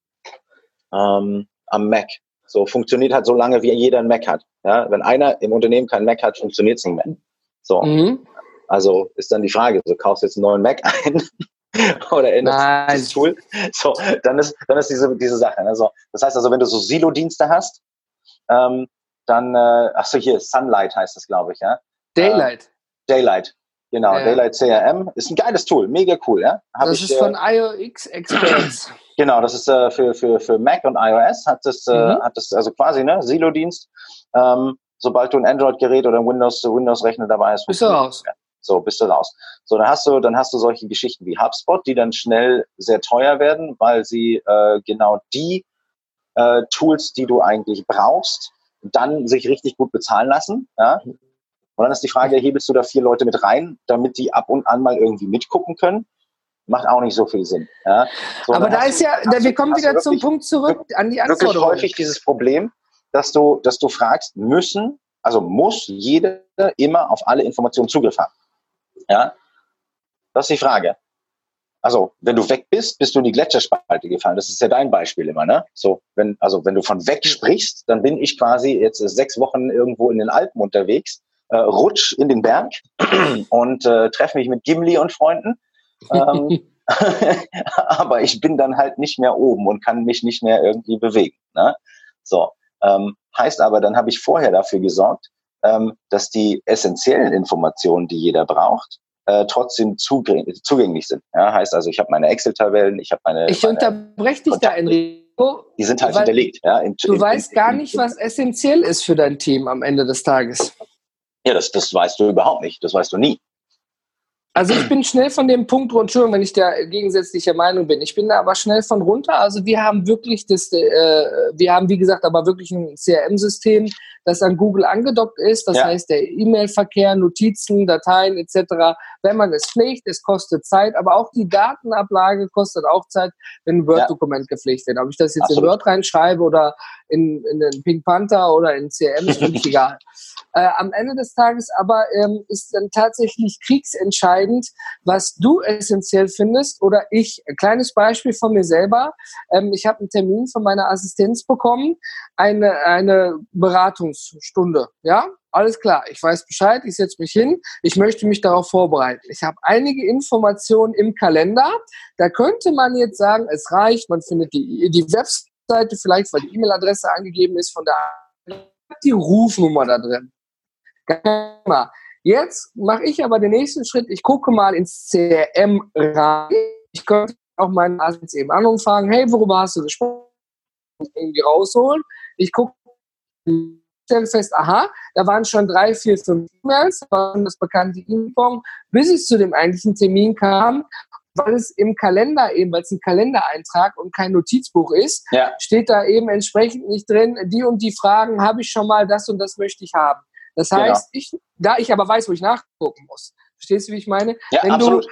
[SPEAKER 3] ähm, am Mac. So, funktioniert halt so lange, wie jeder ein Mac hat. Ja? Wenn einer im Unternehmen keinen Mac hat, funktioniert's nicht mehr. So. Mhm. Also ist dann die Frage, so kaufst du jetzt einen neuen Mac ein oder änderst das Tool. So, dann ist, dann ist diese, diese Sache. Also, das heißt also, wenn du so Silo-Dienste hast, ähm, dann, äh, ach so, hier, Sunlight heißt das, glaube ich, ja.
[SPEAKER 2] Daylight.
[SPEAKER 3] Äh, Daylight, genau. Ja. Daylight C R M ist ein geiles Tool, mega cool, ja. Hab
[SPEAKER 2] das
[SPEAKER 3] ich,
[SPEAKER 2] ist von äh, iOS Experts.
[SPEAKER 3] Genau, das ist äh, für, für, für Mac und iOS hat das, äh, mhm. hat das also quasi, ne, Silo-Dienst. Ähm, sobald du ein Android-Gerät oder ein Windows, Windows-Rechner dabei hast,
[SPEAKER 2] bist du raus.
[SPEAKER 3] Ja. So, bist du raus. So, dann hast du, dann hast du solche Geschichten wie HubSpot, die dann schnell sehr teuer werden, weil sie äh, genau die äh, Tools, die du eigentlich brauchst, dann sich richtig gut bezahlen lassen. Ja? Und dann ist die Frage, hebelst du da vier Leute mit rein, damit die ab und an mal irgendwie mitgucken können? Macht auch nicht so viel Sinn. Ja? So,
[SPEAKER 2] aber da ist
[SPEAKER 3] du,
[SPEAKER 2] ja, da, wir kommen wieder
[SPEAKER 3] wirklich,
[SPEAKER 2] zum Punkt zurück,
[SPEAKER 3] wirklich,
[SPEAKER 2] an die Anforderungen.
[SPEAKER 3] Wirklich häufig dieses Problem, dass du, dass du fragst, müssen, also muss jeder immer auf alle Informationen Zugriff haben. Ja, das ist die Frage. Also, wenn du weg bist, bist du in die Gletscherspalte gefallen. Das ist ja dein Beispiel immer, ne? So, wenn, also, wenn du von weg sprichst, dann bin ich quasi jetzt sechs Wochen irgendwo in den Alpen unterwegs, äh, rutsch in den Berg und äh, treffe mich mit Gimli und Freunden. ähm, aber ich bin dann halt nicht mehr oben und kann mich nicht mehr irgendwie bewegen. Ne? So, ähm, heißt aber, dann habe ich vorher dafür gesorgt, ähm, dass die essentiellen Informationen, die jeder braucht, äh, trotzdem zugäng- zugänglich sind. Ja? Heißt also, ich habe meine Excel-Tabellen, ich habe meine
[SPEAKER 2] Ich
[SPEAKER 3] meine
[SPEAKER 2] unterbreche dich da, Enrico.
[SPEAKER 3] Die sind halt
[SPEAKER 2] weil
[SPEAKER 3] hinterlegt. Ja, in,
[SPEAKER 2] du
[SPEAKER 3] in,
[SPEAKER 2] weißt
[SPEAKER 3] in,
[SPEAKER 2] gar
[SPEAKER 3] in,
[SPEAKER 2] nicht, was essentiell ist für dein Team am Ende des Tages.
[SPEAKER 3] Ja, das, das weißt du überhaupt nicht. Das weißt du nie.
[SPEAKER 2] Also ich bin schnell von dem Punkt runter, Entschuldigung, wenn ich da gegensätzlicher Meinung bin. Ich bin da aber schnell von runter. Also wir haben wirklich das, äh, wir haben wie gesagt aber wirklich ein C R M-System, das an Google angedockt ist. Das ja. heißt, der E-Mail-Verkehr, Notizen, Dateien et cetera. Wenn man es pflegt, es kostet Zeit, aber auch die Datenablage kostet auch Zeit, wenn ein Word-Dokument ja. gepflegt wird. Ob ich das jetzt Absolut. in Word reinschreibe oder in, in den Pink Panther oder in C R M, ist völlig egal. Äh, am Ende des Tages aber ähm, ist dann tatsächlich kriegsentscheidend, was du essentiell findest oder ich. Ein kleines Beispiel von mir selber. Ähm, ich habe einen Termin von meiner Assistenz bekommen, eine, eine Beratungsstunde. Ja, alles klar. Ich weiß Bescheid, ich setze mich hin. Ich möchte mich darauf vorbereiten. Ich habe einige Informationen im Kalender. Da könnte man jetzt sagen, es reicht. Man findet die, die Webseite vielleicht, weil die E-Mail-Adresse angegeben ist von der die Rufnummer da drin. Jetzt mache ich aber den nächsten Schritt. Ich gucke mal ins C R M rein. Ich könnte auch meinen Arzt eben an und fragen, hey, worüber hast du gesprochen? Irgendwie rausholen. Ich gucke, stelle fest, aha, da waren schon drei, vier, fünf E-Mails, waren das bekannte E-Mail, bis es zu dem eigentlichen Termin kam. Weil es im Kalender eben, weil es ein Kalendereintrag und kein Notizbuch ist, ja. steht da eben entsprechend nicht drin, die und die Fragen habe ich schon mal, das und das möchte ich haben. Das heißt, genau. ich, da ich aber weiß, wo ich nachgucken muss. Verstehst du, wie ich meine?
[SPEAKER 3] Ja,
[SPEAKER 2] Wenn
[SPEAKER 3] absolut.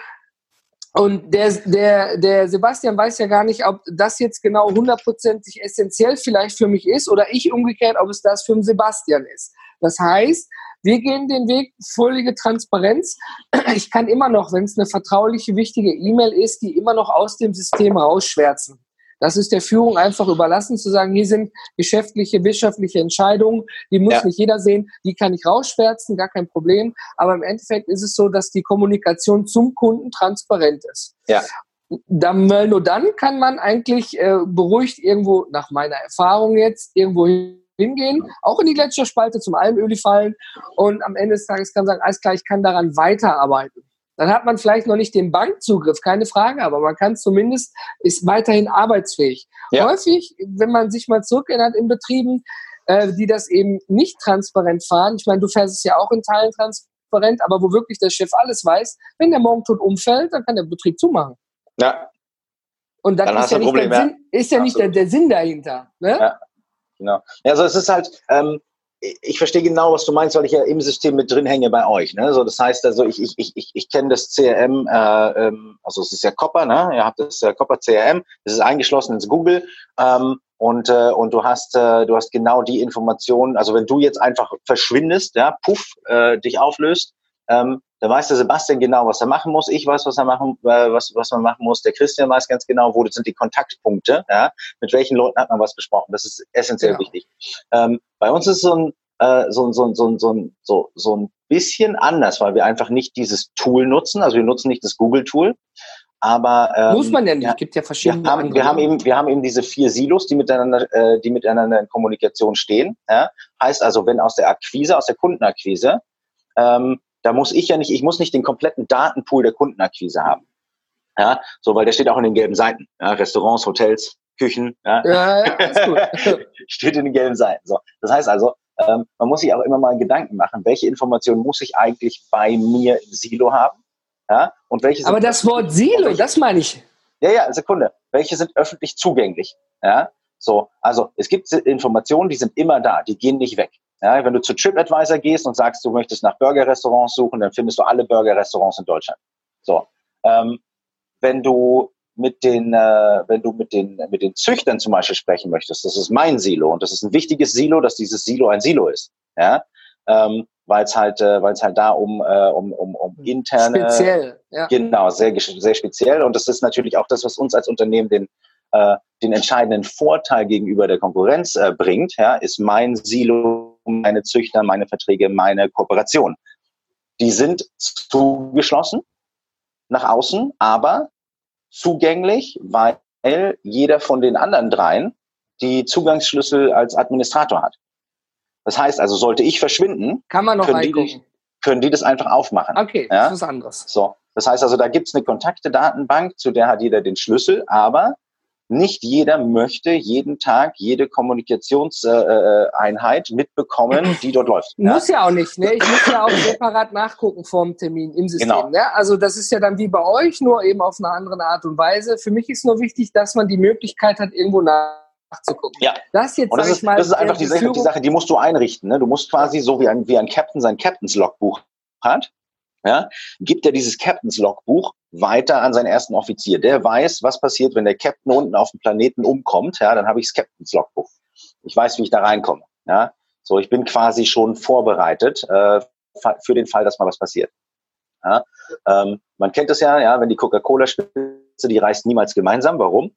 [SPEAKER 2] Du, und der, der, der Sebastian weiß ja gar nicht, ob das jetzt genau hundertprozentig essentiell vielleicht für mich ist oder ich umgekehrt, ob es das für den Sebastian ist. Das heißt, wir gehen den Weg, völlige Transparenz. Ich kann immer noch, wenn es eine vertrauliche, wichtige E-Mail ist, die immer noch aus dem System rausschwärzen. Das ist der Führung einfach überlassen, zu sagen, hier sind geschäftliche, wirtschaftliche Entscheidungen, die muss ja. nicht jeder sehen, die kann ich rausschwärzen, gar kein Problem. Aber im Endeffekt ist es so, dass die Kommunikation zum Kunden transparent ist.
[SPEAKER 3] Ja.
[SPEAKER 2] Dann, nur dann kann man eigentlich äh, beruhigt irgendwo, nach meiner Erfahrung jetzt, irgendwo hingehen, auch in die Gletscherspalte zum Almöli fallen und am Ende des Tages kann man sagen, alles klar, ich kann daran weiterarbeiten. Dann hat man vielleicht noch nicht den Bankzugriff, keine Frage, aber man kann zumindest, ist weiterhin arbeitsfähig. Ja. Häufig, wenn man sich mal zurückerinnert in Betrieben, äh, die das eben nicht transparent fahren, ich meine, du fährst es ja auch in Teilen transparent, aber wo wirklich der Chef alles weiß, wenn der morgen tot umfällt, dann kann der Betrieb zumachen.
[SPEAKER 3] Ja.
[SPEAKER 2] Und das ist ja, nicht, Problem, der, Sinn, ist ja nicht der, der Sinn dahinter. Ne?
[SPEAKER 3] Ja. Genau. Ja, also es ist halt, ähm, ich verstehe genau, was du meinst, weil ich ja im System mit drin hänge bei euch. Ne? So, das heißt also, ich, ich, ich, ich, ich kenne das C R M, äh, ähm, also es ist ja Copper, ne? Ihr habt das äh, Copper C R M, das ist eingeschlossen ins Google ähm, und äh, und du hast äh, du hast genau die Informationen. Also wenn du jetzt einfach verschwindest, ja, puff, äh, dich auflöst, ähm, dann weiß der Sebastian genau, was er machen muss. Ich weiß, was er machen, äh, was, was man machen muss. Der Christian weiß ganz genau, wo sind die Kontaktpunkte. Ja? Mit welchen Leuten hat man was besprochen? Das ist essentiell genau. wichtig. Ähm, bei uns ist so ein, äh, so, so, so, so, so, so ein bisschen anders, weil wir einfach nicht dieses Tool nutzen. Also wir nutzen nicht das Google-Tool. Aber ähm,
[SPEAKER 2] muss man ja nicht. Es gibt ja verschiedene.
[SPEAKER 3] Wir haben, wir haben eben, wir haben eben diese vier Silos, die miteinander, äh, die miteinander in Kommunikation stehen. Ja? Heißt also, wenn aus der Akquise, aus der Kundenakquise ähm, da muss ich ja nicht, ich muss nicht den kompletten Datenpool der Kundenakquise haben. Ja, so, weil der steht auch in den gelben Seiten. Ja, Restaurants, Hotels, Küchen, ja.
[SPEAKER 2] Ja, ja, ist gut.
[SPEAKER 3] Steht in den gelben Seiten. So. Das heißt also, ähm, man muss sich auch immer mal Gedanken machen, welche Informationen muss ich eigentlich bei mir im Silo haben? Ja, und welche sind
[SPEAKER 2] Aber das Wort Silo, welche, das meine ich.
[SPEAKER 3] Ja, ja, Sekunde. Welche sind öffentlich zugänglich? Ja, so. Also, es gibt Informationen, die sind immer da, die gehen nicht weg. Ja, wenn du zu TripAdvisor gehst und sagst, du möchtest nach Burger-Restaurants suchen, dann findest du alle Burger-Restaurants in Deutschland. So, ähm, wenn du mit den, äh, wenn du mit den mit den Züchtern zum Beispiel sprechen möchtest, das ist mein Silo und das ist ein wichtiges Silo, dass dieses Silo ein Silo ist, ja, ähm, weil es halt, äh, weil es halt da um äh, um um um interne,
[SPEAKER 2] speziell, ja.
[SPEAKER 3] Genau, sehr sehr speziell und das ist natürlich auch das, was uns als Unternehmen den äh, den entscheidenden Vorteil gegenüber der Konkurrenz äh, bringt, ja, ist mein Silo, meine Züchter, meine Verträge, meine Kooperation. Die sind zugeschlossen, nach außen, aber zugänglich, weil jeder von den anderen dreien die Zugangsschlüssel als Administrator hat. Das heißt also, sollte ich verschwinden,
[SPEAKER 2] kann man noch
[SPEAKER 3] können, die,
[SPEAKER 2] reingucken.
[SPEAKER 3] können die das einfach aufmachen.
[SPEAKER 2] Okay,
[SPEAKER 3] ja?
[SPEAKER 2] das ist was anderes.
[SPEAKER 3] So, das heißt also, da gibt's eine Kontakte-Datenbank, zu der hat jeder den Schlüssel, aber nicht jeder möchte jeden Tag jede Kommunikationseinheit äh, mitbekommen, die dort läuft.
[SPEAKER 2] Muss ja, ja auch nicht, ne? Ich muss ja auch separat nachgucken vorm Termin im System. Genau. Ne? Also das ist ja dann wie bei euch, nur eben auf eine andere Art und Weise. Für mich ist nur wichtig, dass man die Möglichkeit hat, irgendwo nachzugucken.
[SPEAKER 3] Ja.
[SPEAKER 2] Das jetzt,
[SPEAKER 3] und das,
[SPEAKER 2] sag
[SPEAKER 3] ist,
[SPEAKER 2] ich mal,
[SPEAKER 3] das ist einfach die Sache, die Sache, die musst du einrichten. Ne? Du musst quasi so wie ein, wie ein Captain sein Captain's Logbuch hat, ja, gibt er dieses Captain's Logbuch weiter an seinen ersten Offizier. Der weiß, was passiert, wenn der Captain unten auf dem Planeten umkommt. Ja, dann habe ich das Captain's Logbuch. Ich weiß, wie ich da reinkomme. Ja, so ich bin quasi schon vorbereitet äh, für den Fall, dass mal was passiert. Ja, ähm, man kennt es ja, ja, wenn die Coca-Cola-Spitze, die reist niemals gemeinsam. Warum?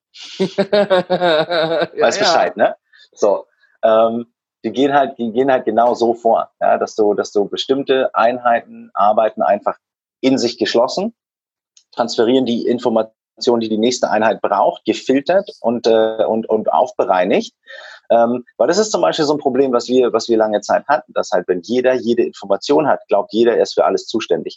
[SPEAKER 2] ja,
[SPEAKER 3] weiß Bescheid,
[SPEAKER 2] ja.
[SPEAKER 3] ne? So. Ähm, Die gehen halt, die gehen halt genau so vor, ja, dass du, dass du bestimmte Einheiten arbeiten einfach in sich geschlossen, transferieren die Informationen, die die nächste Einheit braucht, gefiltert und äh, und und aufbereinigt. Ähm, weil das ist zum Beispiel so ein Problem, was wir, was wir lange Zeit hatten, dass halt, wenn jeder jede Information hat, glaubt jeder, er ist für alles zuständig.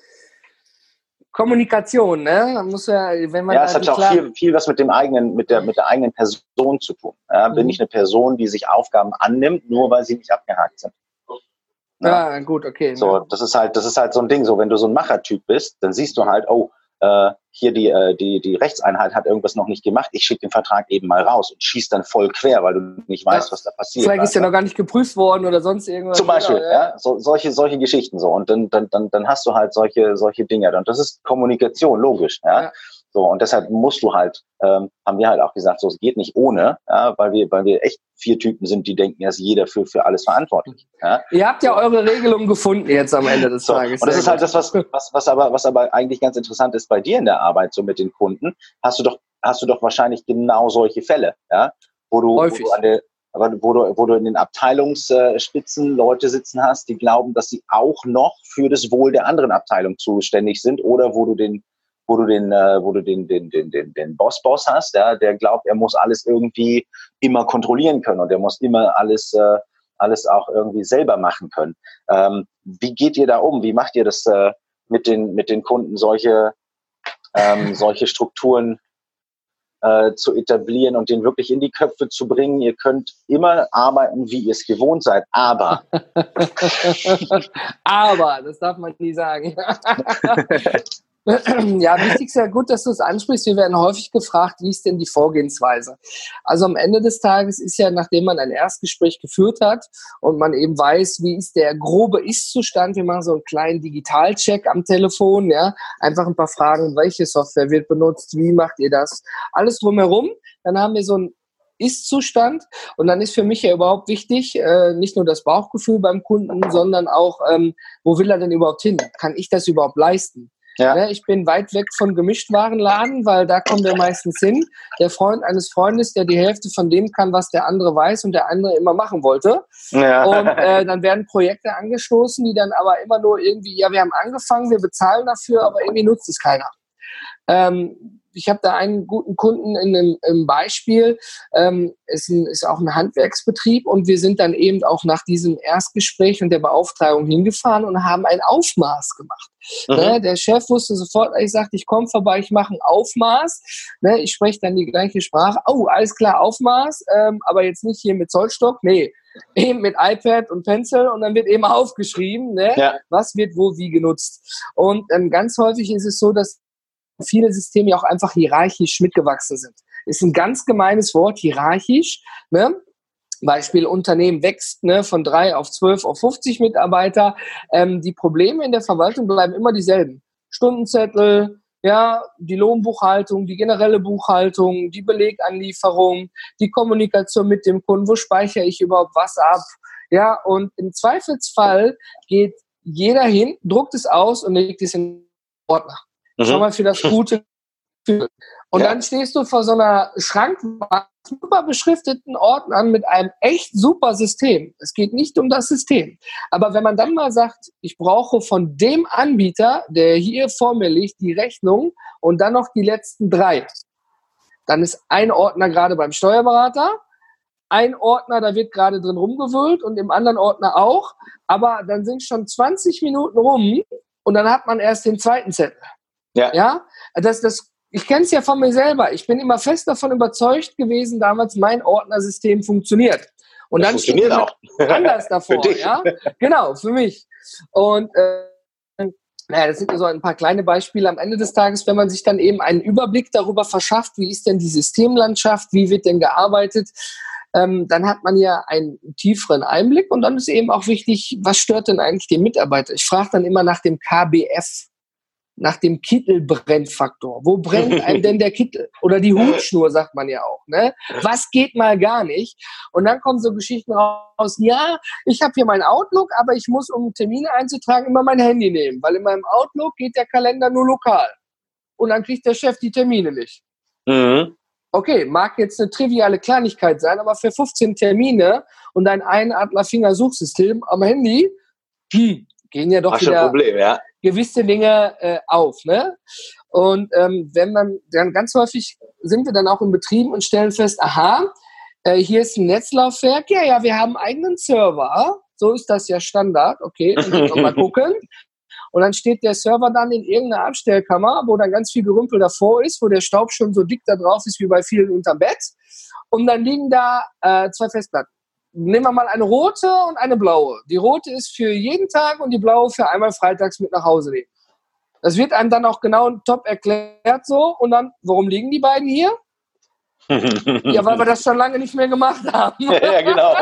[SPEAKER 2] Kommunikation, ne? Man muss ja, wenn man
[SPEAKER 3] ja, es hat auch viel, viel was mit dem eigenen, mit der, mit der eigenen Person zu tun. Ja, bin mhm. ich eine Person, die sich Aufgaben annimmt, nur weil sie nicht abgehakt sind.
[SPEAKER 2] Ja, ja gut, okay.
[SPEAKER 3] So,
[SPEAKER 2] ne?
[SPEAKER 3] das ist halt, das ist halt so ein Ding. So, wenn du so ein Machertyp bist, dann siehst du halt, oh, äh, hier die, äh, die, die Rechtseinheit hat irgendwas noch nicht gemacht. Ich schicke den Vertrag eben mal raus und schieß dann voll quer, weil du nicht weißt, ja. was da passiert.
[SPEAKER 2] Vielleicht ist ja noch gar nicht geprüft worden oder sonst irgendwas.
[SPEAKER 3] Zum Beispiel,
[SPEAKER 2] oder,
[SPEAKER 3] ja, so, solche, solche Geschichten so. Und dann, dann, dann, dann hast du halt solche, solche Dinge. Und das ist Kommunikation, logisch, ja. ja. So, und deshalb musst du halt, ähm, haben wir halt auch gesagt, so, es geht nicht ohne, ja, weil wir, weil wir echt vier Typen sind, die denken, er ist jeder für, für alles verantwortlich. Ja.
[SPEAKER 2] Ihr habt ja so. eure Regelung gefunden jetzt am Ende des
[SPEAKER 3] so.
[SPEAKER 2] Tages.
[SPEAKER 3] Und das ist halt das, was, was, was aber, was aber eigentlich ganz interessant ist bei dir in der Arbeit, so mit den Kunden, hast du doch, hast du doch wahrscheinlich genau solche Fälle, ja, wo du, wo du an der, aber wo du, wo du in den Abteilungsspitzen Leute sitzen hast, die glauben, dass sie auch noch für das Wohl der anderen Abteilung zuständig sind, oder wo du den wo du den, äh, wo du den, den, den, den, den Boss-Boss hast, ja, der glaubt, er muss alles irgendwie immer kontrollieren können und er muss immer alles, äh, alles auch irgendwie selber machen können. Ähm, wie geht ihr da um? Wie macht ihr das äh, mit den, mit den Kunden, solche, ähm, solche Strukturen äh, zu etablieren und den wirklich in die Köpfe zu bringen? Ihr könnt immer arbeiten, wie ihr es gewohnt seid, aber.
[SPEAKER 2] aber, das darf man nie sagen. Ja, wichtig ist ja gut, dass du es ansprichst. Wir werden häufig gefragt, wie ist denn die Vorgehensweise? Also am Ende des Tages ist ja, nachdem man ein Erstgespräch geführt hat und man eben weiß, wie ist der grobe Ist-Zustand, wir machen so einen kleinen Digitalcheck am Telefon, ja, einfach ein paar Fragen, welche Software wird benutzt, wie macht ihr das? Alles drumherum, dann haben wir so einen Ist-Zustand und dann ist für mich ja überhaupt wichtig, äh, nicht nur das Bauchgefühl beim Kunden, sondern auch, ähm, wo will er denn überhaupt hin? Kann ich das überhaupt leisten? Ja. Ich bin weit weg von Gemischtwarenladen, weil da kommen wir meistens hin. Der Freund eines Freundes, der die Hälfte von dem kann, was der andere weiß und der andere immer machen wollte. Ja. Und äh, dann werden Projekte angestoßen, die dann aber immer nur irgendwie, ja, wir haben angefangen, wir bezahlen dafür, aber irgendwie nutzt es keiner. Ähm, ich habe da einen guten Kunden in einem, im Beispiel, ähm, ist, ein, ist auch ein Handwerksbetrieb und wir sind dann eben auch nach diesem Erstgespräch und der Beauftragung hingefahren und haben ein Aufmaß gemacht. Mhm. Ne, der Chef wusste sofort, ich sagte, ich komme vorbei, ich mache ein Aufmaß, ne, ich spreche dann die gleiche Sprache, oh, alles klar, Aufmaß, ähm, aber jetzt nicht hier mit Zollstock, nee, eben mit iPad und Pencil und dann wird eben aufgeschrieben, ne, ja. was wird wo wie genutzt. Und ähm, ganz häufig ist es so, dass viele Systeme ja auch einfach hierarchisch mitgewachsen sind. Ist ein ganz gemeines Wort, hierarchisch. Ne? Beispiel, Unternehmen wächst ne, von drei auf zwölf auf fünfzig Mitarbeiter. Ähm, die Probleme in der Verwaltung bleiben immer dieselben. Stundenzettel, ja, die Lohnbuchhaltung, die generelle Buchhaltung, die Beleganlieferung, die Kommunikation mit dem Kunden, wo speichere ich überhaupt was ab? Ja, und im Zweifelsfall geht jeder hin, druckt es aus und legt es in den Ordner. Mhm. Schau mal für das Gute Und
[SPEAKER 3] ja.
[SPEAKER 2] dann stehst du vor so einer Schrankwand, super beschrifteten Ordnern mit einem echt super System. Es geht nicht um das System. Aber wenn man dann mal sagt, ich brauche von dem Anbieter, der hier vor mir liegt, die Rechnung und dann noch die letzten drei, dann ist ein Ordner gerade beim Steuerberater, ein Ordner, da wird gerade drin rumgewühlt und im anderen Ordner auch. Aber dann sind schon zwanzig Minuten rum und dann hat man erst den zweiten Zettel.
[SPEAKER 3] Ja.
[SPEAKER 2] Ja, das, das, ich kenne es ja von mir selber. Ich bin immer fest davon überzeugt gewesen, damals mein Ordnersystem funktioniert. Und
[SPEAKER 3] das
[SPEAKER 2] dann
[SPEAKER 3] funktioniert
[SPEAKER 2] steht
[SPEAKER 3] auch
[SPEAKER 2] anders davor.
[SPEAKER 3] für dich.
[SPEAKER 2] Ja, genau, für mich. Und äh, naja, das sind so ein paar kleine Beispiele am Ende des Tages, wenn man sich dann eben einen Überblick darüber verschafft, wie ist denn die Systemlandschaft, wie wird denn gearbeitet, ähm, dann hat man ja einen tieferen Einblick und dann ist eben auch wichtig, was stört denn eigentlich den Mitarbeiter? Ich frage dann immer nach dem K B F, nach dem Kittelbrennfaktor. Wo brennt einem denn der Kittel? Oder die Hutschnur, sagt man ja auch. Ne? Was geht mal gar nicht? Und dann kommen so Geschichten raus, ja, ich habe hier mein Outlook, aber ich muss, um Termine einzutragen, immer mein Handy nehmen, weil in meinem Outlook geht der Kalender nur lokal. Und dann kriegt der Chef die Termine nicht.
[SPEAKER 3] Mhm.
[SPEAKER 2] Okay, mag jetzt eine triviale Kleinigkeit sein, aber für fünfzehn Termine und ein Einadler-Finger-Suchsystem am Handy, hm, gehen ja doch
[SPEAKER 3] Hast schon
[SPEAKER 2] wieder
[SPEAKER 3] ein Problem, ja.
[SPEAKER 2] gewisse Dinge äh, auf. Ne? Und ähm, wenn man dann ganz häufig sind wir dann auch in Betrieben und stellen fest, aha, äh, hier ist ein Netzlaufwerk, ja, ja, wir haben einen eigenen Server, so ist das ja Standard, okay, dann können wir mal gucken. Und dann steht der Server dann in irgendeiner Abstellkammer, wo dann ganz viel Gerümpel davor ist, wo der Staub schon so dick da drauf ist wie bei vielen unterm Bett. Und dann liegen da äh, zwei Festplatten. Nehmen wir mal eine rote und eine blaue. Die rote ist für jeden Tag und die blaue für einmal freitags mit nach Hause nehmen. Das wird einem dann auch genau top erklärt so. Und dann, warum liegen die beiden hier? Ja, weil wir das schon lange nicht mehr gemacht haben.
[SPEAKER 3] Ja, genau.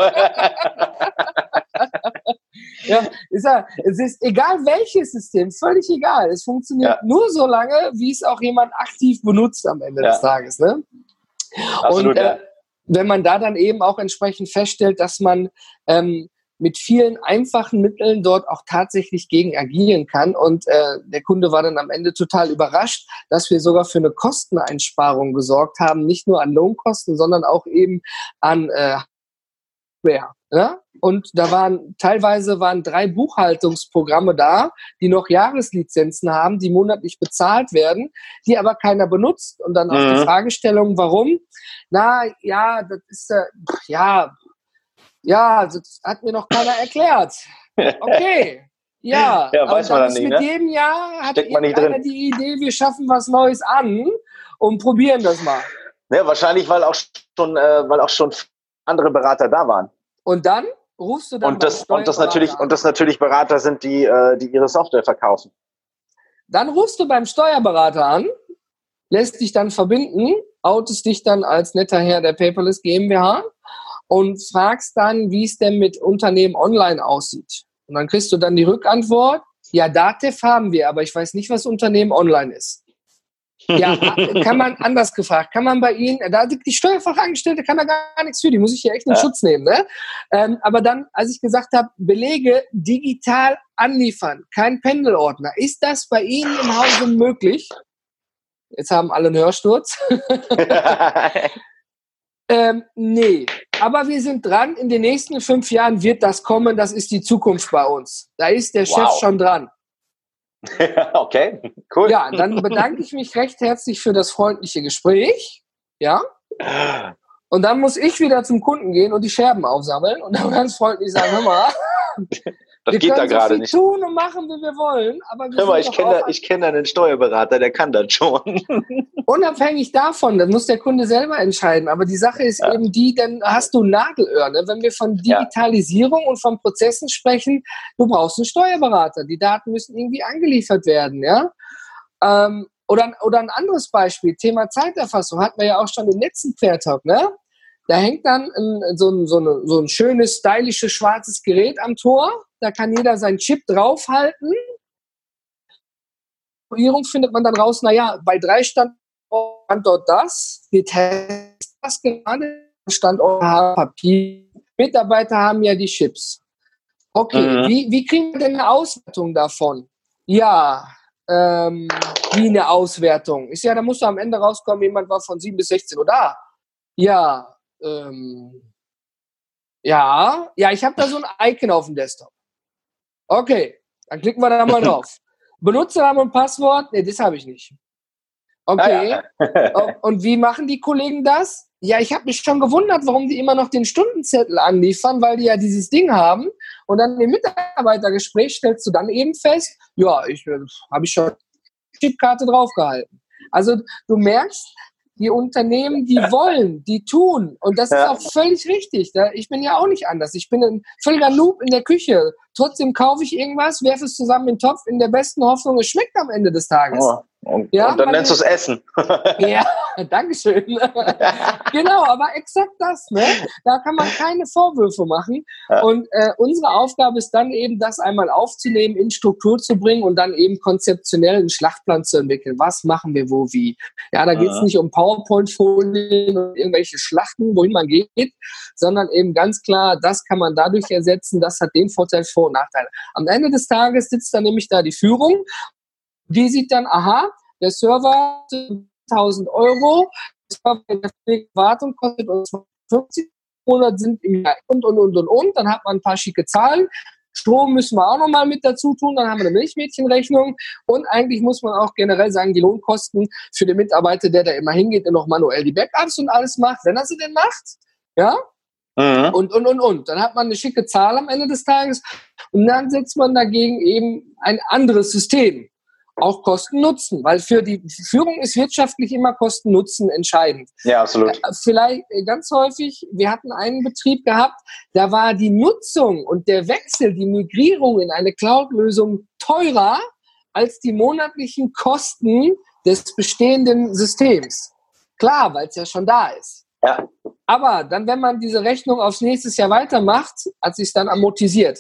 [SPEAKER 2] Ja, ist ja, es ist egal welches System, völlig egal. Es funktioniert
[SPEAKER 3] Ja.
[SPEAKER 2] nur so lange, wie es auch jemand aktiv benutzt am Ende
[SPEAKER 3] Ja.
[SPEAKER 2] des Tages. Ne?
[SPEAKER 3] Absolut,
[SPEAKER 2] und äh,
[SPEAKER 3] ja.
[SPEAKER 2] wenn man da dann eben auch entsprechend feststellt, dass man ähm, mit vielen einfachen Mitteln dort auch tatsächlich gegen agieren kann. Und äh, der Kunde war dann am Ende total überrascht, dass wir sogar für eine Kosteneinsparung gesorgt haben, nicht nur an Lohnkosten, sondern auch eben an äh, Hardware. Ja? Und da waren teilweise waren drei Buchhaltungsprogramme da, die noch Jahreslizenzen haben, die monatlich bezahlt werden, die aber keiner benutzt. Und dann
[SPEAKER 3] Mhm.
[SPEAKER 2] auf die Fragestellung, warum? Na, ja, das ist äh, ja, ja, das hat mir noch keiner erklärt. Okay. Ja,
[SPEAKER 3] Ja,
[SPEAKER 2] aber
[SPEAKER 3] weiß man
[SPEAKER 2] dann
[SPEAKER 3] dann
[SPEAKER 2] ist
[SPEAKER 3] nicht,
[SPEAKER 2] mit
[SPEAKER 3] ne?
[SPEAKER 2] jedem Jahr hat
[SPEAKER 3] Steckt man nicht
[SPEAKER 2] irgendeiner
[SPEAKER 3] drin.
[SPEAKER 2] die Idee, wir schaffen was Neues an und probieren das mal.
[SPEAKER 3] Ja, wahrscheinlich, weil auch schon, äh, weil auch schon andere Berater da waren.
[SPEAKER 2] Und dann rufst du dann
[SPEAKER 3] Und das,
[SPEAKER 2] beim
[SPEAKER 3] und das
[SPEAKER 2] Steuerberater
[SPEAKER 3] natürlich,
[SPEAKER 2] an.
[SPEAKER 3] und das natürlich Berater sind, die, äh, die ihre Software verkaufen.
[SPEAKER 2] Dann rufst du beim Steuerberater an, lässt dich dann verbinden, outest dich dann als netter Herr der Paperless GmbH und fragst dann, wie es denn mit Unternehmen online aussieht. Und dann kriegst du dann die Rückantwort, ja, Datev haben wir, aber ich weiß nicht, was Unternehmen online ist. Ja, kann man anders gefragt, kann man bei Ihnen, da die Steuerfachangestellte kann da gar nichts für, die muss ich hier echt in
[SPEAKER 3] Ja.
[SPEAKER 2] Schutz nehmen. Ne? Ähm, aber dann, als ich gesagt habe, Belege digital anliefern, kein Pendelordner, ist das bei Ihnen im Hause möglich? Jetzt haben alle einen Hörsturz. ähm, nee, aber wir sind dran, in den nächsten fünf Jahren wird das kommen, das ist die Zukunft bei uns. Da ist der
[SPEAKER 3] Wow.
[SPEAKER 2] Chef schon dran.
[SPEAKER 3] Okay, cool.
[SPEAKER 2] Ja, dann bedanke ich mich recht herzlich für das freundliche Gespräch. Ja. Und dann muss ich wieder zum Kunden gehen und die Scherben aufsammeln und dann ganz freundlich sagen, hör mal,
[SPEAKER 3] Das
[SPEAKER 2] wir
[SPEAKER 3] geht da
[SPEAKER 2] können so
[SPEAKER 3] gerade
[SPEAKER 2] viel
[SPEAKER 3] nicht.
[SPEAKER 2] tun und machen, wie wir wollen, aber wir
[SPEAKER 3] Hör mal,
[SPEAKER 2] sind
[SPEAKER 3] ich
[SPEAKER 2] doch
[SPEAKER 3] kenne,
[SPEAKER 2] auch
[SPEAKER 3] ich kenne einen Steuerberater, der kann das schon.
[SPEAKER 2] unabhängig davon, das muss der Kunde selber entscheiden. Aber die Sache ist
[SPEAKER 3] Ja.
[SPEAKER 2] eben die, dann hast du Nadelöhr. Ne? Wenn wir von
[SPEAKER 3] Ja.
[SPEAKER 2] Digitalisierung und von Prozessen sprechen, du brauchst einen Steuerberater. Die Daten müssen irgendwie angeliefert werden. Ja? Ähm, oder, oder ein anderes Beispiel, Thema Zeiterfassung, hatten wir ja auch schon im letzten Quertalk. Ne? Da hängt dann ein, so, ein, so, eine, so ein schönes, stylisches, schwarzes Gerät am Tor. Da kann jeder seinen Chip draufhalten. Findet man dann raus, naja, bei drei Standorten Standort das, wir testen das gerade, Standort haben Papier, Mitarbeiter haben ja die Chips. Okay,
[SPEAKER 3] Mhm.
[SPEAKER 2] wie, wie kriegen wir denn eine Auswertung davon? Ja, ähm, wie eine Auswertung. Ich sage, ja, da muss am Ende rauskommen, jemand war von sieben bis sechzehn Uhr da. Ja, ähm, ja, ja, ich habe da so ein Icon auf dem Desktop. Okay, dann klicken wir da mal drauf. Benutzernamen und Passwort? Nee, das habe ich nicht. Okay, ja. Und wie machen die Kollegen das? Ja, ich habe mich schon gewundert, warum die immer noch den Stundenzettel anliefern, weil die ja dieses Ding haben. Und dann im Mitarbeitergespräch stellst du dann eben fest, ja, ich äh, habe ich schon die Chipkarte draufgehalten. Also du merkst, die Unternehmen, die wollen, die tun. Und das ja. ist auch völlig richtig. Ich bin ja auch nicht anders. Ich bin ein völliger Noob in der Küche. Trotzdem kaufe ich irgendwas, werfe es zusammen in den Topf, in der besten Hoffnung, es schmeckt am Ende des Tages.
[SPEAKER 3] Oh. Und, ja, und dann nennst du es Essen.
[SPEAKER 2] Ja, dankeschön. Genau, aber exakt das. Ne? Da kann man keine Vorwürfe machen. Ja. Und äh, unsere Aufgabe ist dann eben, das einmal aufzunehmen, in Struktur zu bringen und dann eben konzeptionell einen Schlachtplan zu entwickeln. Was machen wir wo, wie? Ja, da geht es ja. nicht um PowerPoint-Folien und irgendwelche Schlachten, wohin man geht, sondern eben ganz klar, das kann man dadurch ersetzen, das hat den Vorteil, Vor- und Nachteile. Am Ende des Tages sitzt dann nämlich da die Führung. Die sieht dann, aha, der Server tausend Euro, die Wartung kostet uns fünfzig Monate sind im Jahr und, und, und, und, und. Dann hat man ein paar schicke Zahlen. Strom müssen wir auch nochmal mit dazu tun. Dann haben wir eine Milchmädchenrechnung. Und eigentlich muss man auch generell sagen, die Lohnkosten für den Mitarbeiter, der da immer hingeht und noch manuell die Backups und alles macht, wenn er sie denn macht, ja, mhm. und, und, und, und. Dann hat man eine schicke Zahl am Ende des Tages. Und dann setzt man dagegen eben ein anderes System. Auch Kosten-Nutzen, weil für die Führung ist wirtschaftlich immer Kosten-Nutzen entscheidend.
[SPEAKER 3] Ja, absolut.
[SPEAKER 2] Vielleicht ganz häufig, wir hatten einen Betrieb gehabt, da war die Nutzung und der Wechsel, die Migrierung in eine Cloud-Lösung teurer als die monatlichen Kosten des bestehenden Systems. Klar, weil es ja schon da ist.
[SPEAKER 3] Ja.
[SPEAKER 2] Aber dann, wenn man diese Rechnung aufs nächste Jahr weitermacht, hat sich dann amortisiert.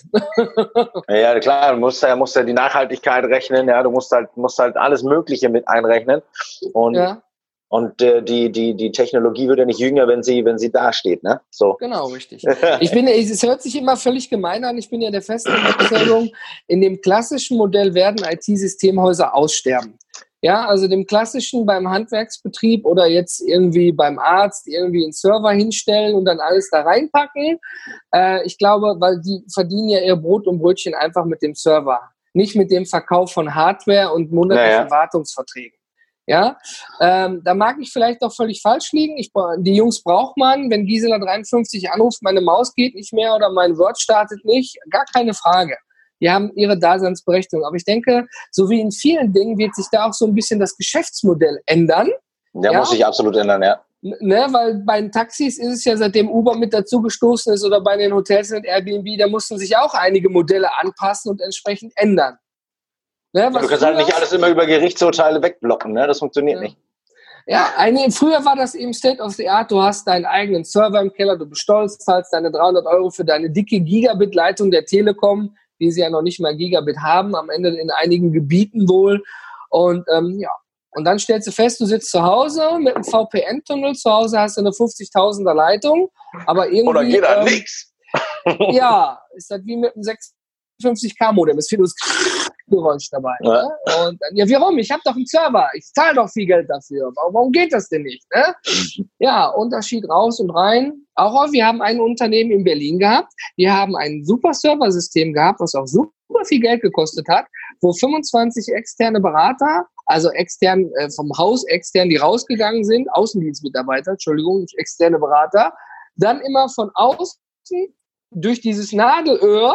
[SPEAKER 3] Ja, klar, du musst ja, musst ja die Nachhaltigkeit rechnen, ja, du musst halt, musst halt alles Mögliche mit einrechnen. Und, ja. und äh, die, die, die Technologie wird ja nicht jünger, wenn sie, wenn sie da steht, ne? So.
[SPEAKER 2] Genau, richtig. Ich bin, es hört sich immer völlig gemein an, ich bin ja der festen Überzeugung, in dem klassischen Modell werden I T-Systemhäuser aussterben. Ja, also dem klassischen beim Handwerksbetrieb oder jetzt irgendwie beim Arzt irgendwie einen Server hinstellen und dann alles da reinpacken. Äh, ich glaube, weil die verdienen ja ihr Brot und Brötchen einfach mit dem Server, nicht mit dem Verkauf von Hardware und monatlichen naja. Wartungsverträgen. Ja, ähm, da mag ich vielleicht auch völlig falsch liegen. Ich, die Jungs braucht man, wenn Gisela dreiundfünfzig anruft, meine Maus geht nicht mehr oder mein Word startet nicht, gar keine Frage. Die haben ihre Daseinsberechtigung. Aber ich denke, so wie in vielen Dingen wird sich da auch so ein bisschen das Geschäftsmodell ändern.
[SPEAKER 3] Ja, ja? Muss sich absolut ändern, ja.
[SPEAKER 2] Ne, weil bei den Taxis ist es ja, seitdem Uber mit dazu gestoßen ist oder bei den Hotels und Airbnb, da mussten sich auch einige Modelle anpassen und entsprechend ändern. Ne,
[SPEAKER 3] was du kannst halt nicht alles immer über Gerichtsurteile wegblocken, ne? Das funktioniert
[SPEAKER 2] ja.
[SPEAKER 3] nicht.
[SPEAKER 2] Ja, eine, früher war das eben State of the Art. Du hast deinen eigenen Server im Keller, du bist stolz, zahlst deine dreihundert Euro für deine dicke Gigabit-Leitung der Telekom, die sie ja noch nicht mal Gigabit haben, am Ende in einigen Gebieten wohl. Und ähm, ja, und dann stellst du fest, du sitzt zu Hause mit einem V P N-Tunnel, zu Hause hast du eine fünfzigtausender Leitung, aber irgendwie...
[SPEAKER 3] Oder geht da
[SPEAKER 2] ähm,
[SPEAKER 3] nichts.
[SPEAKER 2] Ja, ist das wie mit einem sechsundfünfzig K Modem, ist vieles Geräusch dabei. Ja. Ne? Und ja, warum? Ich habe doch einen Server, ich zahle doch viel Geld dafür. Warum, warum geht das denn nicht? Ne? Ja, Unterschied raus und rein. Auch wir haben ein Unternehmen in Berlin gehabt, die haben ein super Serversystem gehabt, was auch super viel Geld gekostet hat, wo fünfundzwanzig externe Berater, also extern äh, vom Haus extern, die rausgegangen sind, Außendienstmitarbeiter, Entschuldigung, nicht externe Berater, dann immer von außen durch dieses Nadelöhr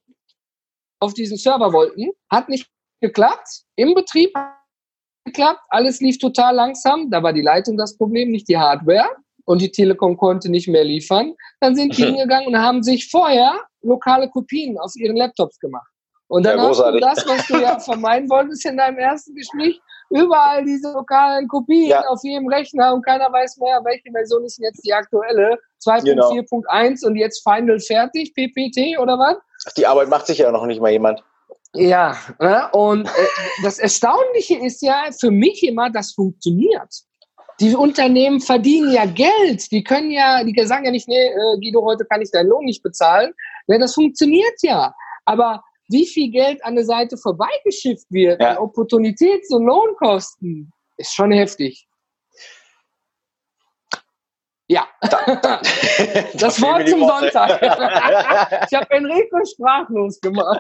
[SPEAKER 2] auf diesen Server wollten, hat nicht geklappt, im Betrieb hat geklappt, alles lief total langsam, da war die Leitung das Problem, nicht die Hardware und die Telekom konnte nicht mehr liefern, dann sind die hingegangen und haben sich vorher lokale Kopien auf ihren Laptops gemacht. Und dann ja, hast du das, was du ja vermeiden wolltest in deinem ersten Gespräch, überall diese lokalen Kopien ja. auf jedem Rechner und keiner weiß mehr, welche Version ist jetzt die aktuelle, zwei Punkt vier Punkt eins genau. Und jetzt Final fertig, P P T oder was?
[SPEAKER 3] Die Arbeit macht sich ja noch nicht mal jemand.
[SPEAKER 2] Ja, und äh, das Erstaunliche ist ja für mich immer, das funktioniert. Die Unternehmen verdienen ja Geld, die können ja, die sagen ja nicht, nee, Guido, heute kann ich deinen Lohn nicht bezahlen. Ja, das funktioniert ja. Aber wie viel Geld an der Seite vorbeigeschifft wird, ja. an Opportunitäts- und Lohnkosten, ist schon heftig. Ja, da, da, das da Wort zum Sonntag. Ich habe Enrico sprachlos gemacht.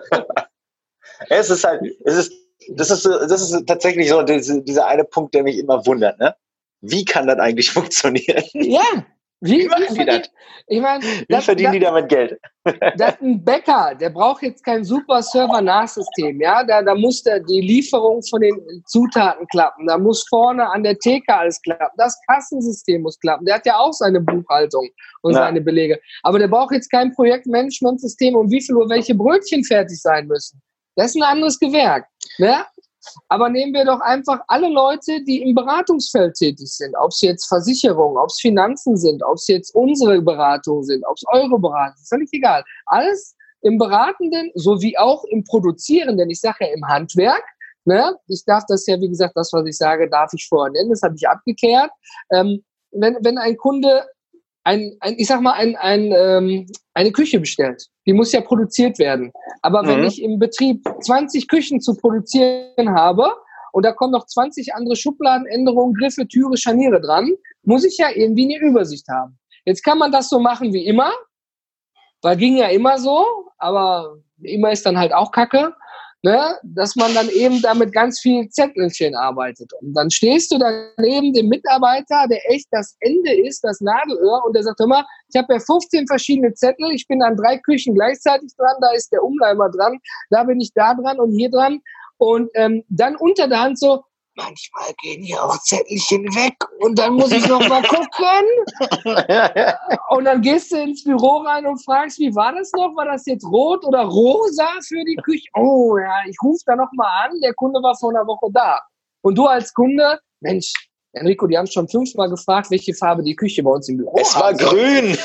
[SPEAKER 3] Es ist halt, es ist, das ist, das ist tatsächlich so diese, dieser eine Punkt, der mich immer wundert, ne? Wie kann das eigentlich funktionieren?
[SPEAKER 2] Ja. Wie,
[SPEAKER 3] wie machen
[SPEAKER 2] wie
[SPEAKER 3] die das?
[SPEAKER 2] Ich mein,
[SPEAKER 3] wie
[SPEAKER 2] das,
[SPEAKER 3] verdienen
[SPEAKER 2] das,
[SPEAKER 3] die damit Geld?
[SPEAKER 2] Das ist ein Bäcker, der braucht jetzt kein super Server-Nachsystem. Ja? Da, da muss der, die Lieferung von den Zutaten klappen. Da muss vorne an der Theke alles klappen. Das Kassensystem muss klappen. Der hat ja auch seine Buchhaltung und ja. seine Belege. Aber der braucht jetzt kein Projektmanagementsystem, um wie viel Uhr welche Brötchen fertig sein müssen. Das ist ein anderes Gewerk. Ne? Aber nehmen wir doch einfach alle Leute, die im Beratungsfeld tätig sind, ob es jetzt Versicherungen, ob es Finanzen sind, ob es jetzt unsere Beratungen sind, ob es eure Beratung sind, völlig egal. Alles im Beratenden sowie auch im Produzierenden, ich sage ja im Handwerk, ne? Ich darf das ja, wie gesagt, das, was ich sage, darf ich vorher nennen, das habe ich abgeklärt. Ähm, wenn, wenn ein Kunde Ein, ein, ich sag mal, ein, ein, ähm, eine Küche bestellt. Die muss ja produziert werden. Aber mhm. wenn ich im Betrieb zwanzig Küchen zu produzieren habe und da kommen noch zwanzig andere Schubladenänderungen, Griffe, Türe, Scharniere dran, muss ich ja irgendwie eine Übersicht haben. Jetzt kann man das so machen wie immer, weil ging ja immer so, aber immer ist dann halt auch Kacke. Ne, dass man dann eben damit ganz viel Zettelchen arbeitet. Und dann stehst du da neben dem Mitarbeiter, der echt das Ende ist, das Nadelöhr, und der sagt immer, ich habe ja fünfzehn verschiedene Zettel, ich bin an drei Küchen gleichzeitig dran, da ist der Umleimer dran, da bin ich da dran und hier dran. Und ähm, dann unter der Hand so, manchmal gehen hier auch Zettelchen weg und dann muss ich noch mal gucken. Und dann gehst du ins Büro rein und fragst, wie war das noch? War das jetzt rot oder rosa für die Küche? Oh ja, ich rufe da noch mal an, der Kunde war vor einer Woche da. Und du als Kunde, Mensch, Enrico, die haben schon fünfmal gefragt, welche Farbe die Küche bei uns im Büro hat.
[SPEAKER 3] Es war grün.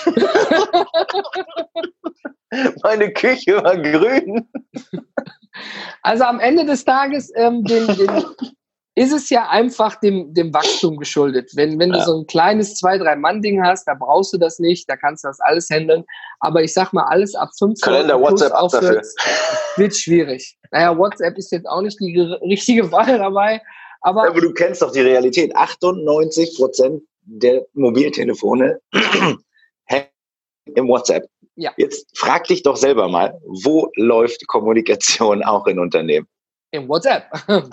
[SPEAKER 3] Meine Küche war grün.
[SPEAKER 2] Also am Ende des Tages, ähm, den, den ist es ja einfach dem, dem Wachstum geschuldet. Wenn, wenn ja. du so ein kleines zwei-, drei-Mann-Ding hast, da brauchst du das nicht, da kannst du das alles handeln. Aber ich sag mal, alles ab fünf
[SPEAKER 3] Kalender, WhatsApp ab dafür.
[SPEAKER 2] Wird schwierig. Naja, WhatsApp ist jetzt auch nicht die richtige Wahl dabei. Aber,
[SPEAKER 3] aber du kennst doch die Realität. achtundneunzig Prozent der Mobiltelefone hängen im WhatsApp.
[SPEAKER 2] Ja.
[SPEAKER 3] Jetzt frag dich doch selber mal, wo läuft Kommunikation auch in Unternehmen?
[SPEAKER 2] Im WhatsApp.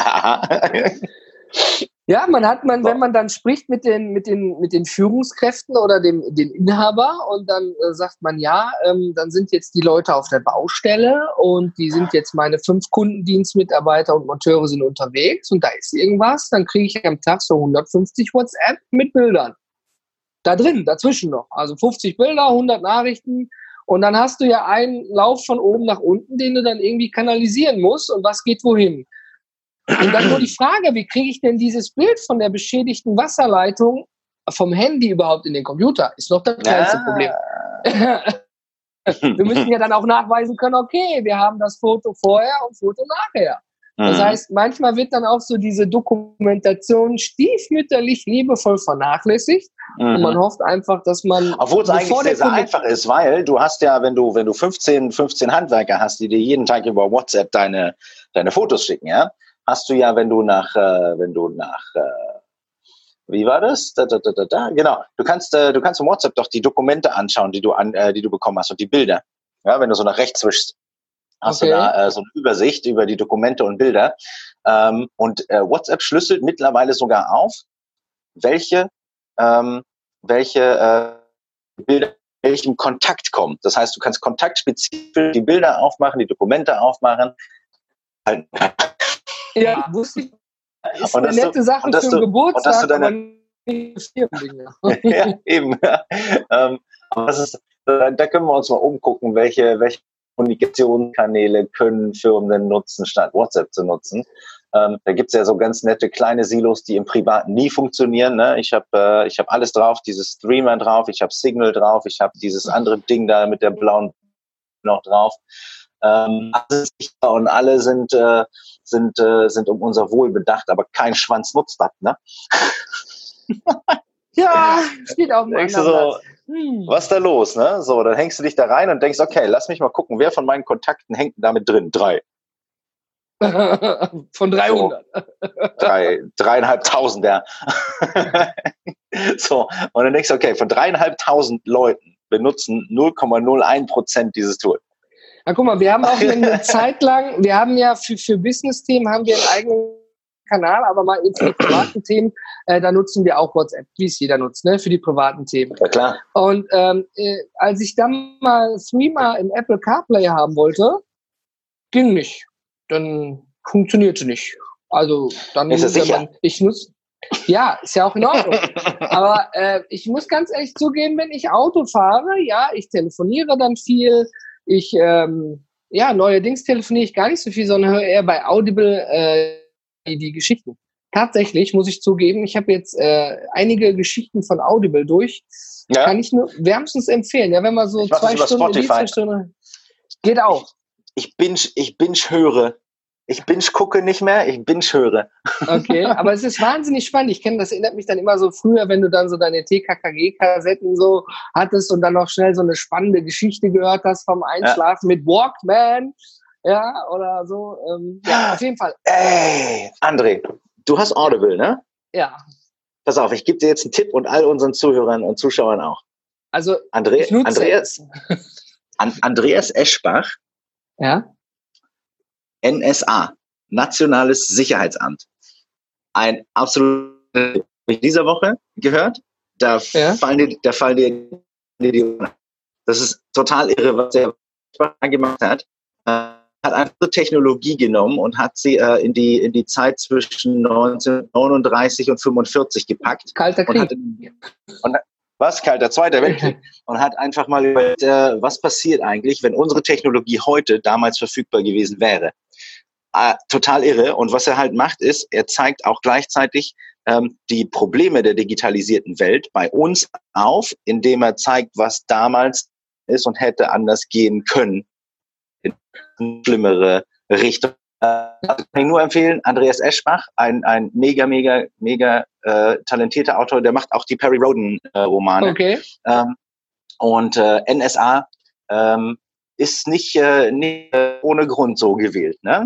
[SPEAKER 2] Ja, man hat man, wenn man dann spricht mit den mit den mit den Führungskräften oder dem den Inhaber und dann äh, sagt man ja, ähm, dann sind jetzt die Leute auf der Baustelle und die sind jetzt meine fünf Kundendienstmitarbeiter und Monteure sind unterwegs und da ist irgendwas, dann kriege ich am Tag so hundertfünfzig WhatsApp mit Bildern. Da drin, dazwischen noch. Also fünfzig Bilder, hundert Nachrichten. Und dann hast du ja einen Lauf von oben nach unten, den du dann irgendwie kanalisieren musst und was geht wohin. Und dann nur die Frage, wie kriege ich denn dieses Bild von der beschädigten Wasserleitung vom Handy überhaupt in den Computer? Ist noch das kleinste ah. Problem. Wir müssen ja dann auch nachweisen können, okay, wir haben das Foto vorher und Foto nachher. Das heißt, manchmal wird dann auch so diese Dokumentation stiefmütterlich liebevoll vernachlässigt. Mhm. Und man hofft einfach, dass man...
[SPEAKER 3] Obwohl es eigentlich sehr, sehr einfach ist, weil du hast ja, wenn du wenn du fünfzehn, fünfzehn Handwerker hast, die dir jeden Tag über WhatsApp deine deine Fotos schicken, ja, hast du ja, wenn du nach, äh, wenn du nach, äh, wie war das? Da, da, da, da, da. Genau, du kannst, äh, du kannst im WhatsApp doch die Dokumente anschauen, die du an, äh, die du bekommen hast und die Bilder. Ja, wenn du so nach rechts wischst. Hast okay. du da äh, so eine Übersicht über die Dokumente und Bilder. Ähm, und äh, WhatsApp schlüsselt mittlerweile sogar auf, welche, ähm, welche äh, Bilder welchem Kontakt kommen. Das heißt, du kannst kontaktspezifisch die Bilder aufmachen, die Dokumente aufmachen.
[SPEAKER 2] Ja, wusste ich. Ist eine nette Sache für den Geburtstag,
[SPEAKER 3] deine, aber nicht für Dinge. Ja, eben. Ja. Ähm, aber das ist, da, da können wir uns mal umgucken, welche, welche Kommunikationskanäle können Firmen nutzen, statt WhatsApp zu nutzen. Ähm, da gibt's ja so ganz nette kleine Silos, die im Privaten nie funktionieren. Ne? Ich habe äh, ich hab alles drauf, dieses Streamer drauf, ich habe Signal drauf, ich habe dieses andere Ding da mit der blauen noch drauf. Ähm, alles sicher und alle sind, äh, sind, äh, sind um unser Wohl bedacht, aber kein Schwanz nutzt das. Ne?
[SPEAKER 2] Ja, steht auch mal.
[SPEAKER 3] So,
[SPEAKER 2] Hm.
[SPEAKER 3] Was ist da los, ne? So, dann hängst du dich da rein und denkst, okay, lass mich mal gucken, wer von meinen Kontakten hängt da mit drin? Drei.
[SPEAKER 2] Von dreihundert.
[SPEAKER 3] So, drei, dreieinhalbtausend, ja. So, und dann denkst du, okay, von dreieinhalbtausend Leuten benutzen null Komma null eins Prozent dieses Tool.
[SPEAKER 2] Na, guck mal, wir haben auch eine Zeit lang, wir haben ja für, für Business-Themen haben wir einen eigenen Kanal, aber mal für die privaten Themen, äh, da nutzen wir auch WhatsApp, wie es jeder nutzt, ne, für die privaten Themen.
[SPEAKER 3] Ja, klar.
[SPEAKER 2] Und ähm, äh, als ich dann mal Threema im Apple CarPlay haben wollte, ging nicht. Dann funktionierte nicht. Also dann
[SPEAKER 3] ist das sicher?
[SPEAKER 2] Man, ich nutze, ja, ist ja auch in Ordnung. Aber äh, ich muss ganz ehrlich zugeben, wenn ich Auto fahre, ja, ich telefoniere dann viel, ich, ähm, ja, neuerdings telefoniere ich gar nicht so viel, sondern höre eher bei Audible äh, die, die Geschichten. Tatsächlich muss ich zugeben, ich habe jetzt äh, einige Geschichten von Audible durch. Ja. Kann ich nur wärmstens empfehlen. Ja, wenn man so zwei Stunden, die zwei Stunden, geht auch.
[SPEAKER 3] Ich binge, ich binge höre. Ich binge gucke nicht mehr, ich binge höre.
[SPEAKER 2] Okay, aber es ist wahnsinnig spannend. Ich kenne, das erinnert mich dann immer so früher, wenn du dann so deine T K K G-Kassetten so hattest und dann noch schnell so eine spannende Geschichte gehört hast vom Einschlafen ja. mit Walkman, ja, oder so. Ähm, ja, auf jeden Fall.
[SPEAKER 3] Ey, André, du hast Audible, ne?
[SPEAKER 2] Ja.
[SPEAKER 3] Pass auf, ich gebe dir jetzt einen Tipp und all unseren Zuhörern und Zuschauern auch.
[SPEAKER 2] Also,
[SPEAKER 3] André,
[SPEAKER 2] ich nutze
[SPEAKER 3] Andreas, An, Andreas Eschbach.
[SPEAKER 2] Ja.
[SPEAKER 3] N S A, Nationales Sicherheitsamt. Ein absolut, in dieser Woche gehört, da ja. fallen dir, da fallen dir die, das ist total irre, was er gemacht hat. Er hat einfach Technologie genommen und hat sie äh, in die, in die Zeit zwischen neunzehnhundertneununddreißig und fünfundvierzig gepackt.
[SPEAKER 2] Kalter Krieg.
[SPEAKER 3] Und hat, und, was? Kalter Zweiter Weltkrieg. Und hat einfach mal überlegt, äh, was passiert eigentlich, wenn unsere Technologie heute damals verfügbar gewesen wäre. Äh, total irre. Und was er halt macht, ist, er zeigt auch gleichzeitig ähm, die Probleme der digitalisierten Welt bei uns auf, indem er zeigt, was damals ist und hätte anders gehen können in eine schlimmere Richtung. Äh, kann ich nur empfehlen, Andreas Eschbach, ein, ein mega, mega, mega äh, talentierter Autor, der macht auch die Perry Rhodan-Romane.
[SPEAKER 2] Äh, okay.
[SPEAKER 3] Ähm, und äh, N S A ähm, ist nicht, äh, nicht äh, ohne Grund so gewählt. Ne?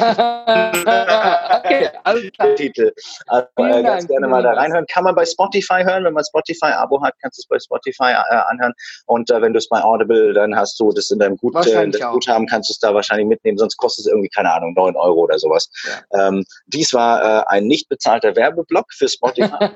[SPEAKER 3] Okay, alles klar. Titel. Also äh, ganz gerne mal da reinhören. Kann man bei Spotify hören. Wenn man Spotify-Abo hat, kannst du es bei Spotify äh, anhören. Und äh, wenn du es bei Audible, dann hast du das in deinem Gut, äh, das Guthaben, kannst du es da wahrscheinlich mitnehmen. Sonst kostet es irgendwie, keine Ahnung, neun Euro oder sowas. Ja. Ähm, dies war äh, ein nicht bezahlter Werbeblock für Spotify.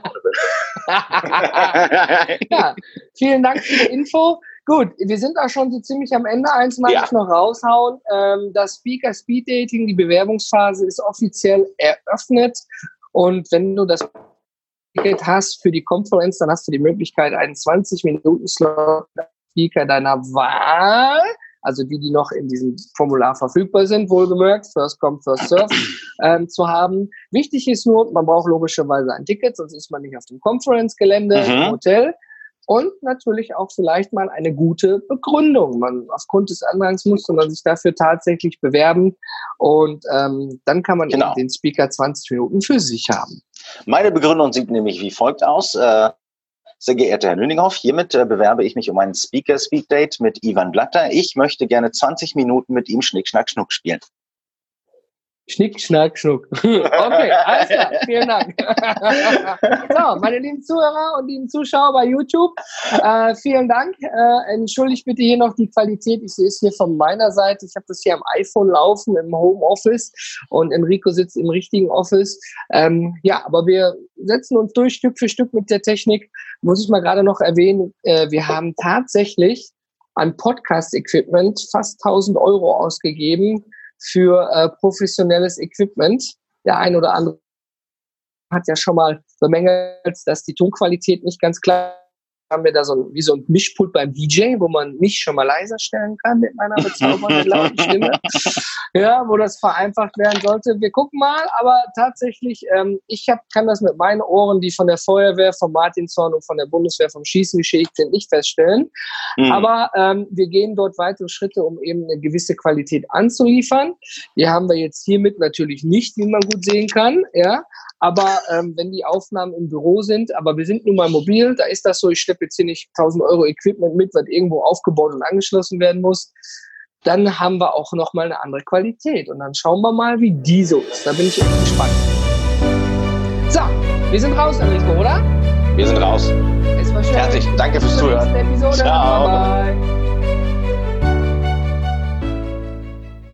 [SPEAKER 2] Ja, vielen Dank für die Info. Gut, wir sind auch schon so ziemlich am Ende. Eins mag ja. ich noch raushauen. Ähm, das Speaker Speed Dating, die Bewerbungsphase ist offiziell eröffnet. Und wenn du das Ticket hast für die Conference, dann hast du die Möglichkeit, einen zwanzig Minuten Slot Speaker deiner Wahl, also die, die noch in diesem Formular verfügbar sind, wohlgemerkt, First Come, First Serve, ähm, zu haben. Wichtig ist nur, man braucht logischerweise ein Ticket, sonst ist man nicht auf dem Conference-Gelände, mhm. im Hotel. Und natürlich auch vielleicht mal eine gute Begründung. Man, aufgrund des Andrangs musste man sich dafür tatsächlich bewerben. Und ähm, dann kann man genau. eben den Speaker zwanzig Minuten für sich haben.
[SPEAKER 3] Meine Begründung sieht nämlich wie folgt aus. Äh, sehr geehrter Herr Nüninghoff, hiermit äh, bewerbe ich mich um einen Speaker-Speak-Date mit Ivan Blatter. Ich möchte gerne zwanzig Minuten mit ihm Schnick, Schnack, Schnuck spielen.
[SPEAKER 2] Schnick, Schnack, Schnuck. Okay, alles klar, vielen Dank. So, meine lieben Zuhörer und lieben Zuschauer bei YouTube, äh, vielen Dank. Äh, entschuldigt bitte hier noch die Qualität. Ich sehe es hier von meiner Seite. Ich habe das hier am iPhone laufen, im Homeoffice, und Enrico sitzt im richtigen Office. Ähm, ja, aber wir setzen uns durch, Stück für Stück mit der Technik. Muss ich mal gerade noch erwähnen, äh, wir haben tatsächlich an Podcast-Equipment fast tausend Euro ausgegeben für äh, professionelles Equipment. Der ein oder andere hat ja schon mal bemängelt, dass die Tonqualität nicht ganz klar ist. Haben wir da so ein, wie so ein Mischpult beim D J, wo man mich schon mal leiser stellen kann mit meiner bezaubernden lauten Stimme. Ja, wo das vereinfacht werden sollte. Wir gucken mal, aber tatsächlich, ähm, ich hab, kann das mit meinen Ohren, die von der Feuerwehr, vom Martinshorn und von der Bundeswehr vom Schießen geschädigt sind, nicht feststellen. Mhm. Aber ähm, wir gehen dort weitere Schritte, um eben eine gewisse Qualität anzuliefern. Die haben wir jetzt hiermit natürlich nicht, wie man gut sehen kann, ja. Aber ähm, wenn die Aufnahmen im Büro sind, aber wir sind nun mal mobil, da ist das so, ich schleppe jetzt hier nicht tausend Euro Equipment mit, was irgendwo aufgebaut und angeschlossen werden muss, dann haben wir auch nochmal eine andere Qualität. Und dann schauen wir mal, wie die so ist. Da bin ich echt gespannt. So, wir sind raus, Enrico, oder?
[SPEAKER 3] Wir sind raus.
[SPEAKER 2] Es war schön.
[SPEAKER 3] Fertig. Danke fürs
[SPEAKER 2] Bis zur
[SPEAKER 3] Zuhören.
[SPEAKER 2] nächsten Episode.
[SPEAKER 3] Ciao.
[SPEAKER 2] Bye, bye.